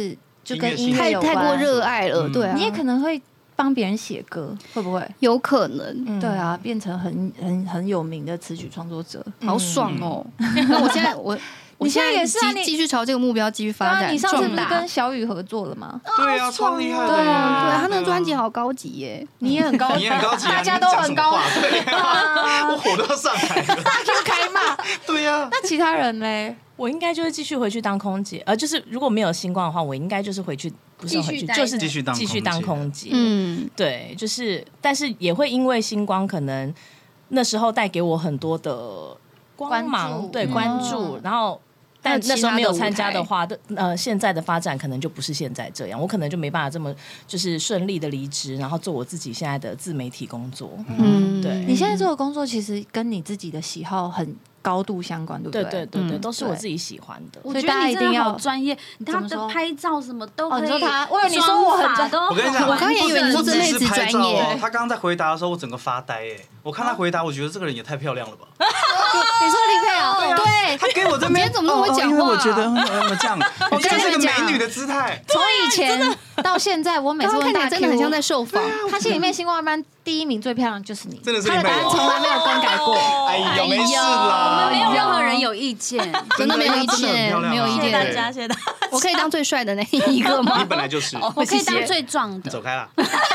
就跟音乐太有关， 太过热爱了， 嗯对啊， 你也可能会帮别人写歌，会不会？ 有可能， 嗯对啊，变成很很很有名的词曲创作者。 好爽哦！那我现在我。我你现在也是啊继你继续朝这个目标继续对啊， 发展， 你上次不是壮大跟小雨合作了吗？ 对啊，超厉害的。 对啊对他那个专辑好高级耶， 你也很高， 你也很高级啊， 大家都很高， 你讲什么话对啊，我火都要上来了。 大 Q 开骂。 对呀， 那其他人嘞？ 我应该就是继续回去当空姐，呃，就是如果没有星光的话，我应该就是回去，不是回去， 继续待就是继续当继续当空姐。 嗯， 对，就是，但是也会因为星光可能那时候带给我很多的光关芒， 注对嗯关注，然后。但那时候没有参加的话，的呃，现在的发展可能就不是现在这样，我可能就没办法这么就是顺利的离职，然后做我自己现在的自媒体工作。 嗯， 对你现在做的工作其实跟你自己的喜好很高度相关，对不对对？ 对对对， 嗯都是我自己喜欢的。 所以我觉大家一定要得你真的好专业，他怎么说的拍照什么都哦你可以。 说他我以为你说我很专都我跟你讲我刚也以为你说不只这类子是拍照专业哦，他刚刚在回答的时候，我整个发呆哎！我看他回答，我觉得这个人也太漂亮了吧！ 你说林佩瑶，对， 他给我这边， 今天怎么那么会讲话哦因为我觉得呃这样， 我跟你就是个你们讲美女的姿态。 从以前到现在，我每次刚刚问大看起来真的很 Q 像在受访， 他心里面星光班第一名最漂亮就是你， 真的是他的答案林佩瑶从来没有更改过。 哎呀，没事我啦， 们没有任何人有意见。 真的没有意真的很漂见， 亮啊没有意谢谢大见。 家，谢谢大家。 我可以当最帅的那一个吗？ 你本来就是， 我可以谢谢当最壮的。 走开啦。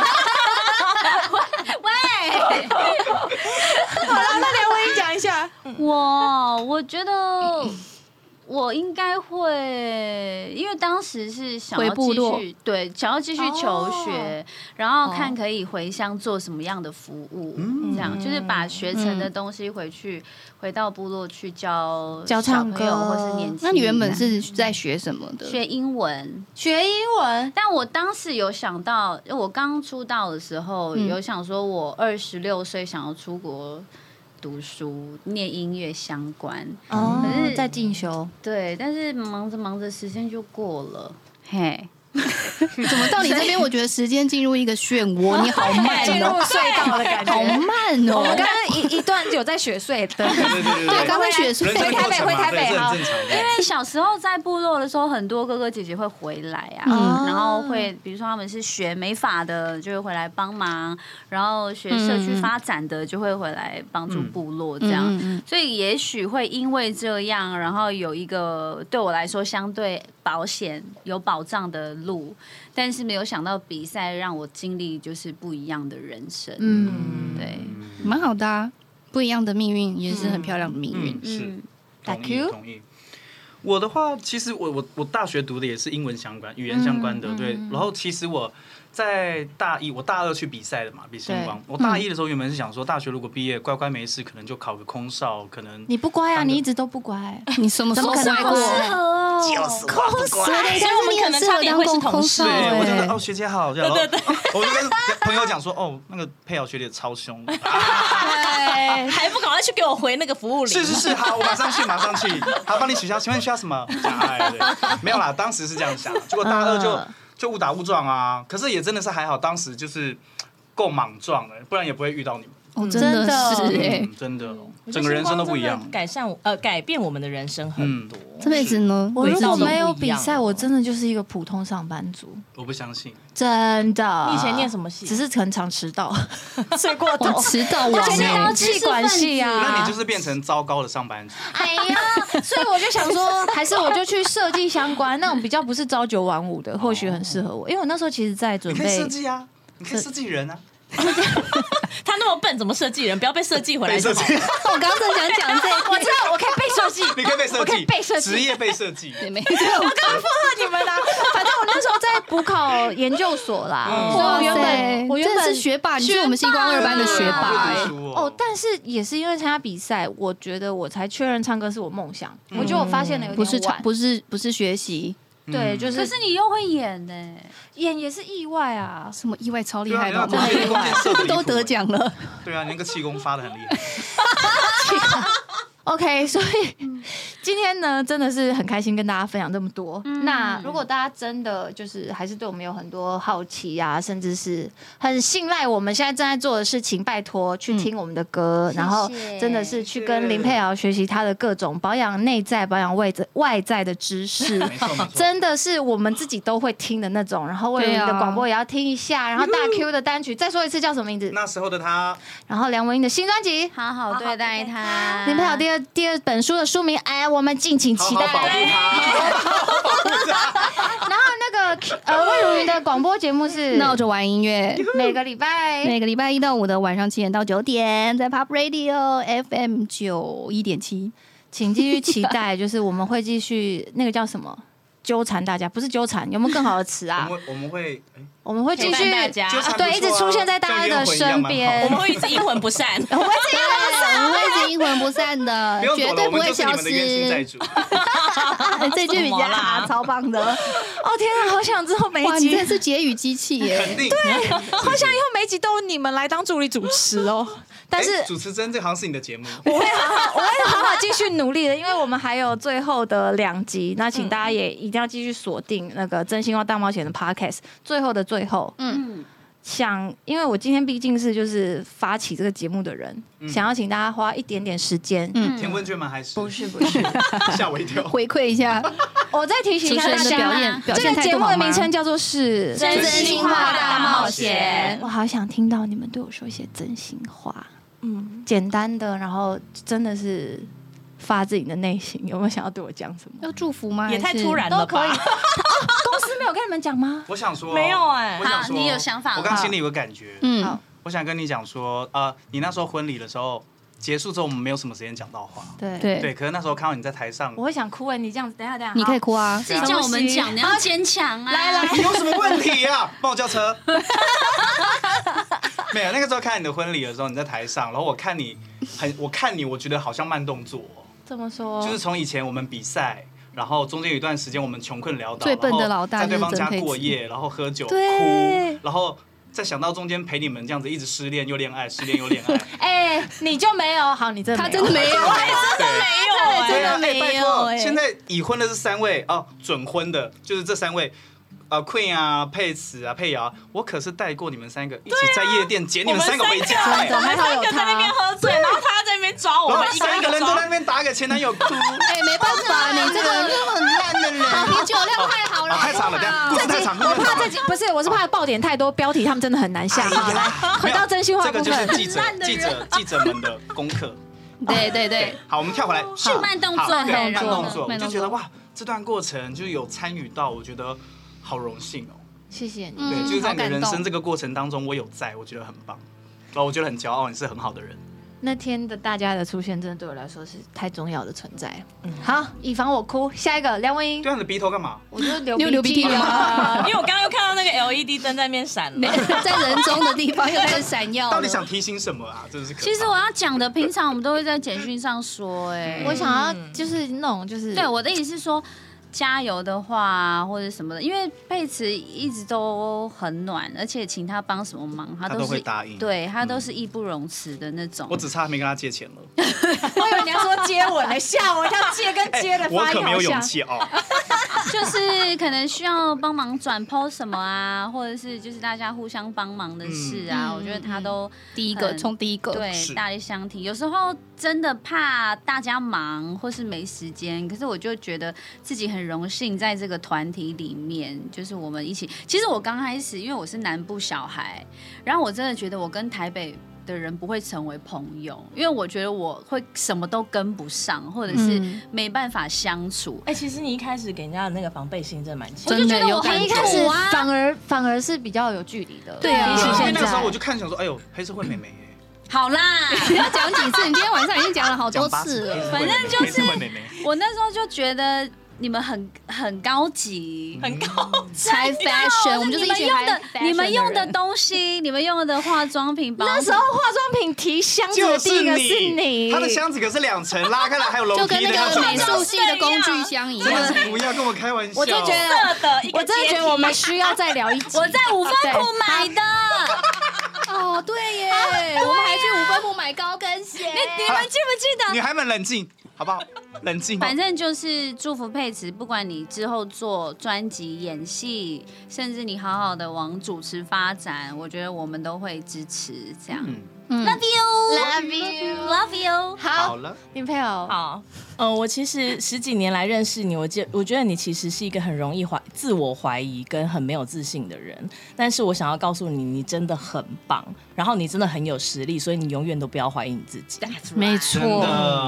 喂， 好了，那梁文音讲一下。 我我觉得我应该会，因为当时是想要继回部落续对，想要继续求学，然后看可以回乡做什么样的服务，这样就是把学成的东西回去回到部落去教教唱歌小朋友或是年轻人。 那你原本是在学什么的？ 学英文， 学英文， 但我当时有想到，因为我刚出道的时候， 嗯有想说我二十六岁想要出国读书，念音乐相关。 哦可是在进修， 对，但是忙着忙着时间就过了，嘿。 怎么到你这边？我觉得时间进入一个漩涡，你好慢进入哦， 隧道的感觉。 好慢哦。 我们刚刚一一段有在学隧的， 对对对对，刚刚学人睡， 生回台北过程嘛回台北对这好很正常的。 因为小时候在部落的时候，很多哥哥姐姐会回来啊， 嗯然后会比如说他们是学美发的，就会回来帮忙；然后学社区发展的，就会回来帮助部落这样。 嗯嗯所以也许会因为这样，然后有一个对我来说相对保险、有保障的路，但是没有想到比赛让我经历就是不一样的人生。 嗯， 对， 蛮好的啊，不一样的命运也是很漂亮的命运。 嗯，是嗯打同意 Q 同意。我的话，其实我我我大学读的也是英文相关、语言相关的，对。然后其实我在大一，我大二去比赛的嘛，比星光。我大一的时候原本是想说，大学如果毕业乖乖没事，可能就考个空少，可能你不乖啊， 当个你一直都不乖。 你什么时候乖过？ 怎么可能不适合哦， 就是我不乖。 对， 所以我们可能差点会是同事对，我就哎说哦，学姐好，这样。对对对，我就跟朋友讲说，哦，那个佩瑶学姐超凶。啊还不赶快去给我回那个服务铃？ 是是是，好，我马上去，马上去。好，帮你取消，请问需要什么？讲哎，对，没有啦，当时是这样想，结果大二就嗯就误打误撞啊。可是也真的是还好，当时就是够莽撞了，不然也不会遇到你们。 哦，真的是哎嗯，，真的，整个人生都不一样。 改善呃改变我们的人生很多。 这辈子呢， 我如果轨道都没有比赛， 不一样了我真的就是一个普通上班族， 我不相信， 真的。 你以前念什么系只是很常迟到，睡过头我。迟到王而且念哎到，气管系啊， 那你就是变成糟糕的上班族。 哎呀，所以我就想说，还是我就去设计相关那种比较不是朝九晚五的，或许很适合我。因为我那时候其实在准你可以设备， 计啊，你可以设计人啊， 他那么笨，怎么设计人？不要被设计回来被设就好计， 我刚刚正想讲这一我知道我可以被设计， 你可以被设我可以计， 被设计职业被设计。 对，没错， 你们啦。反正我那时候在补考研究所啦， 嗯所以我原哇塞本我原真的本是学霸，你是我们星光二班的学霸会哎读。书哦，但是也是因为参加比赛，我觉得我才确认唱歌是我梦想。我觉得我发现了有不是点晚， 不是不是学习， 对，就可是是你又会演呢、 演也是意外啊。 什么意外超厉对啊， 害的， 你要好吗把这个弓箭射得离谱都得奖了。 对啊，你那个气功发的很厉害。 OK，所以今今天呢，真的是很开心跟大家分享这么多。 嗯那如果大家真的就是还是对我们有很多好奇啊，甚至是很信赖我们现在正在做的事情，拜托去听我们的歌， 嗯、 然后真的是去跟林佩瑶学习她的各种保养内在、保养外在外在的知识，真的是我们自己都会听的那种。然后为了你的广播也要听一下，然后大 Q 的单曲，再说一次叫什么名字？ 那时候的他。 然后梁文音的新专辑， 好好对待他。 林佩瑶第二第二本书的书名，哎，我们敬请期待。 好好保护他。 然后那个呃魏如云的广播节目是闹着玩音乐， 每个礼拜每个礼拜一到五的晚上七点到九点，在 Pop Radio F M 九一点七， 请继续期待，就是我们会继续那个叫什么纠缠大家，不是纠缠，有没有更好的词啊？ 我们我们会我们会继续大家对一直出现在大家的身边， 我们会一直阴魂不散， 我们会一直阴魂不散， 我们会一直阴魂不散的，绝对不会消失。这句比较好，超棒的！ 哦天啊，好想之后每一集， 哇，你真的是结语机器耶！ 肯定对，好想以后每一集都有你们来当助理主持哦。但是主持真这好像是你的节目， 我会好好，我会好好继续努力的，因为我们还有最后的两集，那请大家也一定要继续锁定那个真心话大冒险的 podcast， 最后的最后，嗯。想，因为我今天毕竟是就是发起这个节目的人，嗯、想要请大家花一点点时间， 嗯，填问卷吗？还是不是不是， 吓我一跳， 回馈一下。 我再提醒一下大家， 表演表这个节目的名称叫做是 《真心话大冒险》。 我好想听到你们对我说一些真心话，嗯，简单的，然后真的是发自你的内心，有没有想要对我讲什么？ 要祝福吗？ 也太突然了吧！ 都可以。公司没有跟你们讲吗？ 我想说没有哎、 欸，我想说你有想法了？ 我刚心里有个感觉， 嗯，好， 我想跟你讲说，呃，你那时候婚礼的时候结束之后，我们没有什么时间讲到话， 对对对。可是那时候看到你在台上， 我会想哭哎、欸，你这样子，等一下等一下， 你可以哭啊， 自己叫我们讲，你要坚强啊！ 来来， 你有什么问题啊？帮我叫车。没有，那个时候看你的婚礼的时候，你在台上，然后我看你很，我看你，我觉得好像慢动作。 怎么说？ 就是从以前我们比赛。然后中间有一段时间，我们穷困潦倒， 最笨的老大在对方家过夜，然后喝酒哭，然后再想到中间陪你们这样子一直失恋又恋爱，失恋又恋爱。 哎，你就没有？好，你真的他真的没有， 真的没有， 真的没有。 现在已婚的是三位哦，准婚的就是这三位。呃 ，Queen 啊，佩慈啊，佩瑶，我可是带过你们三个一起在夜店接你们三个回家， 我们三个在那边喝醉，然后他在那边抓我们， 一个人都在那边打给前男友哭。 哎，没办法，你这个很烂的人， 你酒量太好了， 太长了，这样故事太长。 我怕这集不是，我是怕爆点太多，标题他们真的很难下。好，来回到真心话部分， 这个就是记者记者记者们的功课。 对对对， 好，我们跳回来， 是慢动作， 慢动作，我就觉得哇，这段过程就是有参与到，我觉得好荣幸哦。 谢谢你。 对，就是在你的人生这个过程当中，我有在，我觉得很棒，然后我觉得很骄傲，你是很好的人。 那天的大家的出现，真的对我来说是太重要的存在。嗯，好，以防我哭。下一个梁文音， 对啊，你的鼻头干嘛？ 我就流流鼻涕了， 因为我刚刚又看到那个 L E D 灯在那边闪了， 在人中的地方又开始闪耀。 到底想提醒什么啊？真是。 其实我要讲的，平常我们都会在简讯上说，哎， 我想要就是那种就是， 对我的意思是说。加油的话或者什么的，因为佩慈一直都很暖，而且请他帮什么忙，他都是会答应， 对他都是义不容辞的那种。 我只差没跟他借钱了。 我以为你要说接吻了，吓我一跳，借跟接的发音好像。 我可没有勇气哦。 就是可能需要帮忙转 post 什么啊，或者是就是大家互相帮忙的事啊，嗯、我觉得他都第一个冲第一个， 对，大力相挺。有时候真的怕大家忙或是没时间，可是我就觉得自己很荣幸在这个团体里面，就是我们一起。其实我刚开始，因为我是南部小孩，然后我真的觉得我跟台北的人不会成为朋友，因为我觉得我会什么都跟不上，或者是没办法相处。 哎、嗯欸，其实你一开始给人家的那个防备心真的蛮强， 我就觉得我一开始反而反而是比较有距离的。 对啊， 因为那个时候我就看想说，哎呦，黑社会妹妹。 好啦， 你要讲几次？你今天晚上已经讲了好多次了。 反正就是我那时候就觉得你们很很高级， 很高级 ，high fashion。我们就是一群 high fashion 的人。 你们用的东西，你们用的化妆品， 那时候化妆品提箱子的第一个是你， 他的箱子可是两层，拉开来还有楼梯的， 就跟那个美术系的工具箱一样。 不要跟我开玩笑。 我真的觉得，我真的觉得我们需要再聊一集。 我在五分铺买的。 哦，对耶，我们还去五分铺买高跟鞋。 你你们记不记得？ 女孩们冷静。 好不好？冷静。 反正就是祝福佩慈，不管你之后做专辑、演戏，甚至你好好的往主持发展，我觉得我们都会支持。这样、嗯、，Love you，Love you，Love you。 好了， 林佩瑶， 好，嗯、呃，我其实十几年来认识你，我觉我觉得你其实是一个很容易怀自我怀疑跟很没有自信的人，但是我想要告诉你，你真的很棒，然后你真的很有实力，所以你永远都不要怀疑你自己。 That's right. 没错。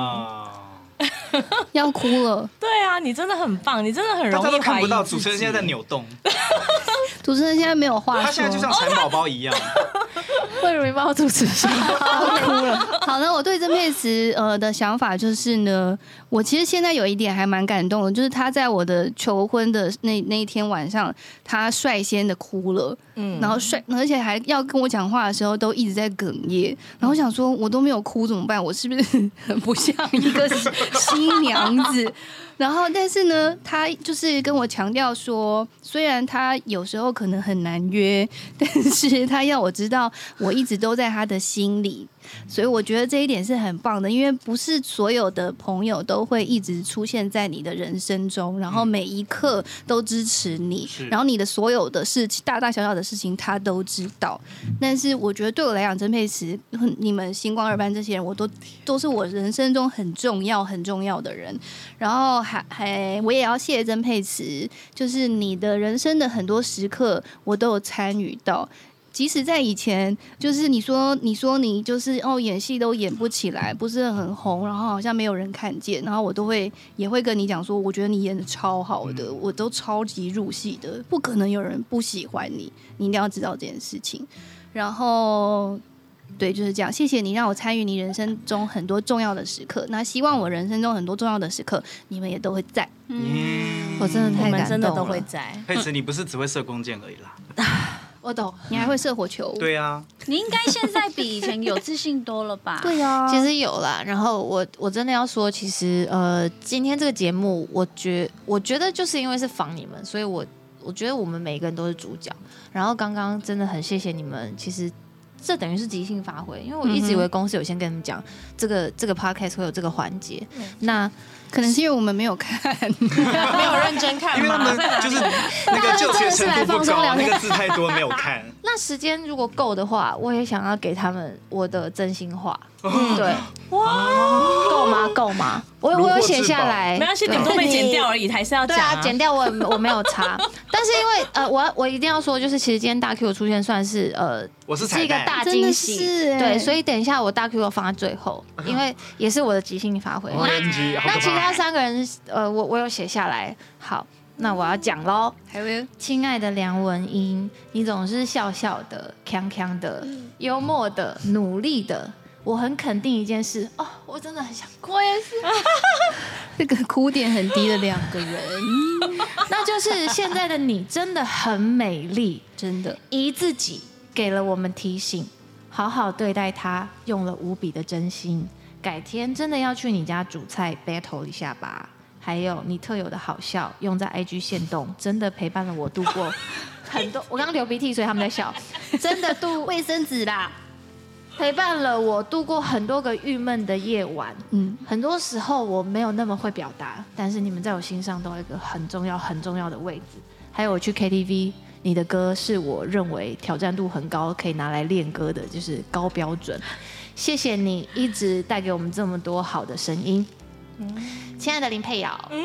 要哭了。 对啊，你真的很棒，你真的很容易怀疑自己。 大家都看不到，主持人现在在扭动。 主持人现在没有话说， 他现在就像蚕宝宝一样。 魏如云帮我主持上，哭了。 好呢，我对曾沛慈呃的想法就是呢，我其实现在有一点还蛮感动的，就是他在我的求婚的那那一天晚上，他率先的哭了，嗯，然后率而且还要跟我讲话的时候都一直在哽咽，然后我想说我都没有哭怎么办？我是不是很不像一个新娘子？然后，但是呢，他就是跟我强调说，虽然他有时候可能很难约，但是他要我知道我一直都在他的心里。所以我觉得这一点是很棒的，因为不是所有的朋友都会一直出现在你的人生中，然后每一刻都支持你，然后你的所有的事情，大大小小的事情他都知道。但是我觉得对我来讲，曾沛慈、你们星光二班这些人，我都都是我人生中很重要、很重要的人。然后还还我也要谢谢曾沛慈，就是你的人生的很多时刻，我都有参与到。即使在以前，就是你说你说你就是哦演戏都演不起来，不是很红，然后好像没有人看见，然后我都会也会跟你讲说，我觉得你演的超好的，我都超级入戏的，不可能有人不喜欢你，你一定要知道这件事情。然后对，就是这样，谢谢你让我参与你人生中很多重要的时刻，那希望我人生中很多重要的时刻，你们也都会在。 嗯，我真的太感动了，我们真的都会在。 沛慈，你不是只会射弓箭而已啦。 我懂， 你还会射火球。 对啊， 你应该现在比以前有自信多了吧？ 对啊， 其实有啦。然后我我真的要说，其实呃，今天这个节目，我觉我觉得就是因为是访你们，所以我我觉得我们每一个人都是主角。然后刚刚真的很谢谢你们，其实这等于是即兴发挥，因为我一直以为公司有先跟你们讲、嗯、这个这个 podcast 会有这个环节，嗯、那。 可能是因为我们没有看， 没有认真看， 因为他们就是那个就学程度不高，那个字太多没有看。 那时间如果够的话，我也想要给他们我的真心话。嗯、对，哇，够吗？够吗？我我有写下来， 没关系，顶多被剪掉而已，还是要讲、啊。 对啊，剪掉我我没有差，但是因为呃，我我一定要说，就是其实今天大 Q 出现算是呃， 我是是一个大惊喜，对，所以等一下我大 Q 放在最后，因为也是我的即兴发挥。那其他三个人，呃，我我有写下来，好。那我要讲喽，亲爱的梁文音，你总是笑笑的、锵锵的、幽默的、努力的。我很肯定一件事哦，我真的很想哭，我也是。 这个哭点很低的两个人， 那就是现在的你真的很美丽， 真的。 怡自己给了我们提醒，好好对待她，用了无比的真心。改天真的要去你家煮菜 battle 一下吧。还有你特有的好笑，用在 I G 限动，真的陪伴了我度过很多。我刚刚流鼻涕，所以他们在笑。真的度卫生纸啦， 陪伴了我度过很多个郁闷的夜晚。嗯，很多时候我没有那么会表达，但是你们在我心上都有一个很重要、很重要的位置。还有我去 K T V， 你的歌是我认为挑战度很高，可以拿来练歌的，就是高标准。谢谢你一直带给我们这么多好的声音。亲爱的林佩瑶，嗯，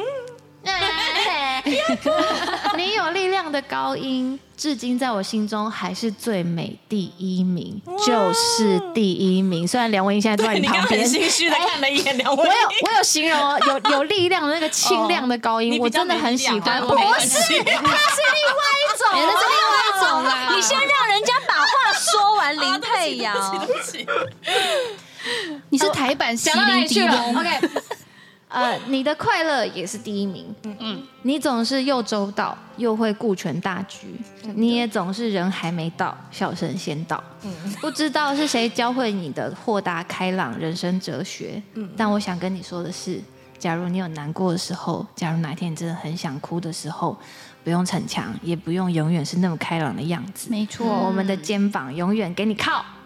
你有力量的高音，至今在我心中还是最美第一名，就是第一名。虽然梁文音现在坐在你旁边， 很心虚的看了一眼梁文音， 我有我有形容哦，有有力量的那个清亮的高音，哦、我真的很喜欢。不是，它是另外一种， 那是另外一种啦。 你先让人家把话说完，林佩瑶， 对不起， 你是台版席琳迪翁 ，OK。呃，你的快乐也是第一名。嗯嗯，你总是又周到又会顾全大局，你也总是人还没到，笑声先到。嗯，不知道是谁教会你的豁达开朗人生哲学。嗯，但我想跟你说的是，假如你有难过的时候，假如哪天你真的很想哭的时候，不用逞强，也不用永远是那么开朗的样子。 没错， 我们的肩膀永远给你靠。嗯。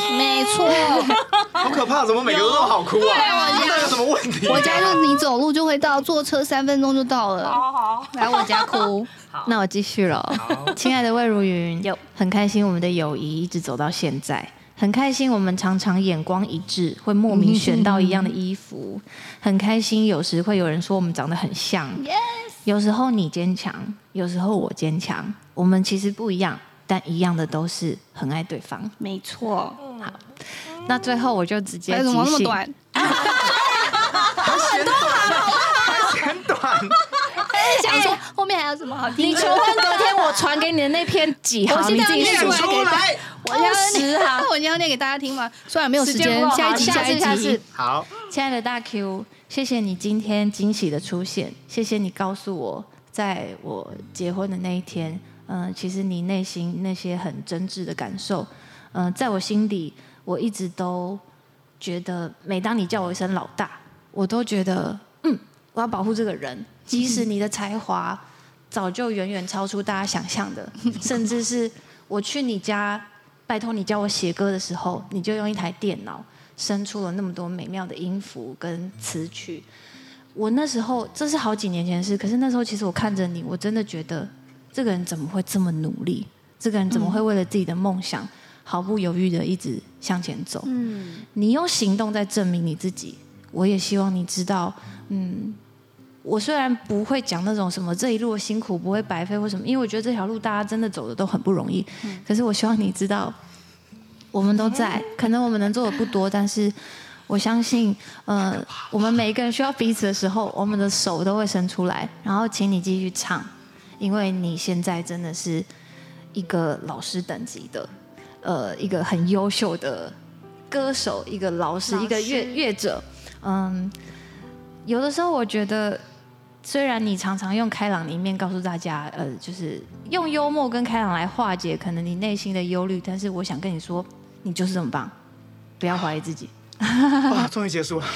没错， 好可怕，怎么每个都那么好哭啊？ 我那有什么问题？ 我家就你走路就会到，坐车三分钟就到了。 好好， 来我家哭。 那我继续了。亲爱的魏如云，有很开心我们的友谊一直走到现在，很开心我们常常眼光一致，会莫名选到一样的衣服，很开心有时会有人说我们长得很像， Yes， 有时候你坚强，有时候我坚强，我们其实不一样，但一样的都是很爱对方。 没错。 好，那最后我就直接还有什么那么即兴短？ 还嫌短，还嫌短。 想说后面还有什么好听的？ 你求婚隔天我传给你的那篇几行，你自己念我现在要念出来。 我要十行我今天要念给大家听吗？虽然没有时时间间不，够下一集好一下次集。 好， 亲爱的大 Q， 谢谢你今天惊喜的出现，谢谢你告诉我，在我结婚的那一天，嗯、呃，其实你内心那些很真挚的感受，嗯、呃，在我心底，我一直都觉得，每当你叫我一声老大，我都觉得，嗯，我要保护这个人，即使你的才华早就远远超出大家想象的，甚至是我去你家拜托你教我写歌的时候，你就用一台电脑生出了那么多美妙的音符跟词曲。我那时候这是好几年前的事，可是那时候其实我看着你，我真的觉得这个人怎么会这么努力？这个人怎么会为了自己的梦想毫不犹豫的一直向前走？嗯，你用行动在证明你自己。我也希望你知道，嗯。我虽然不会讲那种什么这一路的辛苦不会白费或什么，因为我觉得这条路大家真的走的都很不容易。嗯、可是我希望你知道，我们都在，可能我们能做的不多，但是我相信，呃，我们每一个人需要彼此的时候，我们的手都会伸出来。然后，请你继续唱，因为你现在真的是一个老师等级的，呃，一个很优秀的歌手，一个老师，老师一个乐乐者，嗯，有的时候我觉得。虽然你常常用开朗的一面告诉大家，呃，就是用幽默跟开朗来化解可能你内心的忧虑，但是我想跟你说，你就是这么棒，不要怀疑自己。 哇，终于结束了！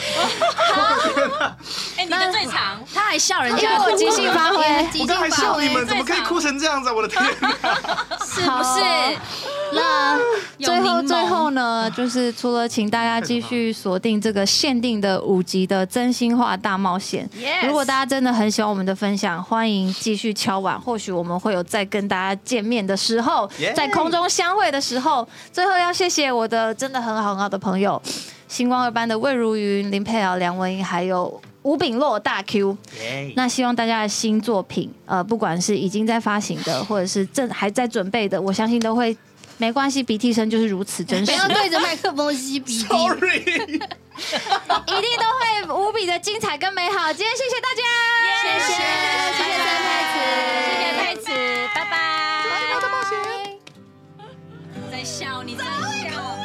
哎，你的最长， 他还笑人家， 我即兴发挥， 我刚才笑你们，怎么可以哭成这样子？我的天哪！ 是不是？ 那最后最后呢，就是除了请大家继续锁定这个限定的五集的真心话大冒险。 Yes. 如果大家真的很喜欢我们的分享，欢迎继续敲碗，或许我们会有再跟大家见面的时候， Yeah. 在空中相会的时候。最后要谢谢我的真的很好很好的朋友。星光二班的魏如云、林佩瑶、梁文音，还有吴炳洛大 Q。 Yeah. 那希望大家的新作品，呃，不管是已经在发行的，或者是正还在准备的，我相信都会没关系。鼻涕声就是如此真实， 不要对着麦克风吸鼻涕。 Sorry， 一定都会无比的精彩跟美好。今天谢谢大家， 谢谢谢谢三太子，谢谢太子，拜拜。 我的冒险。 在笑，你在笑。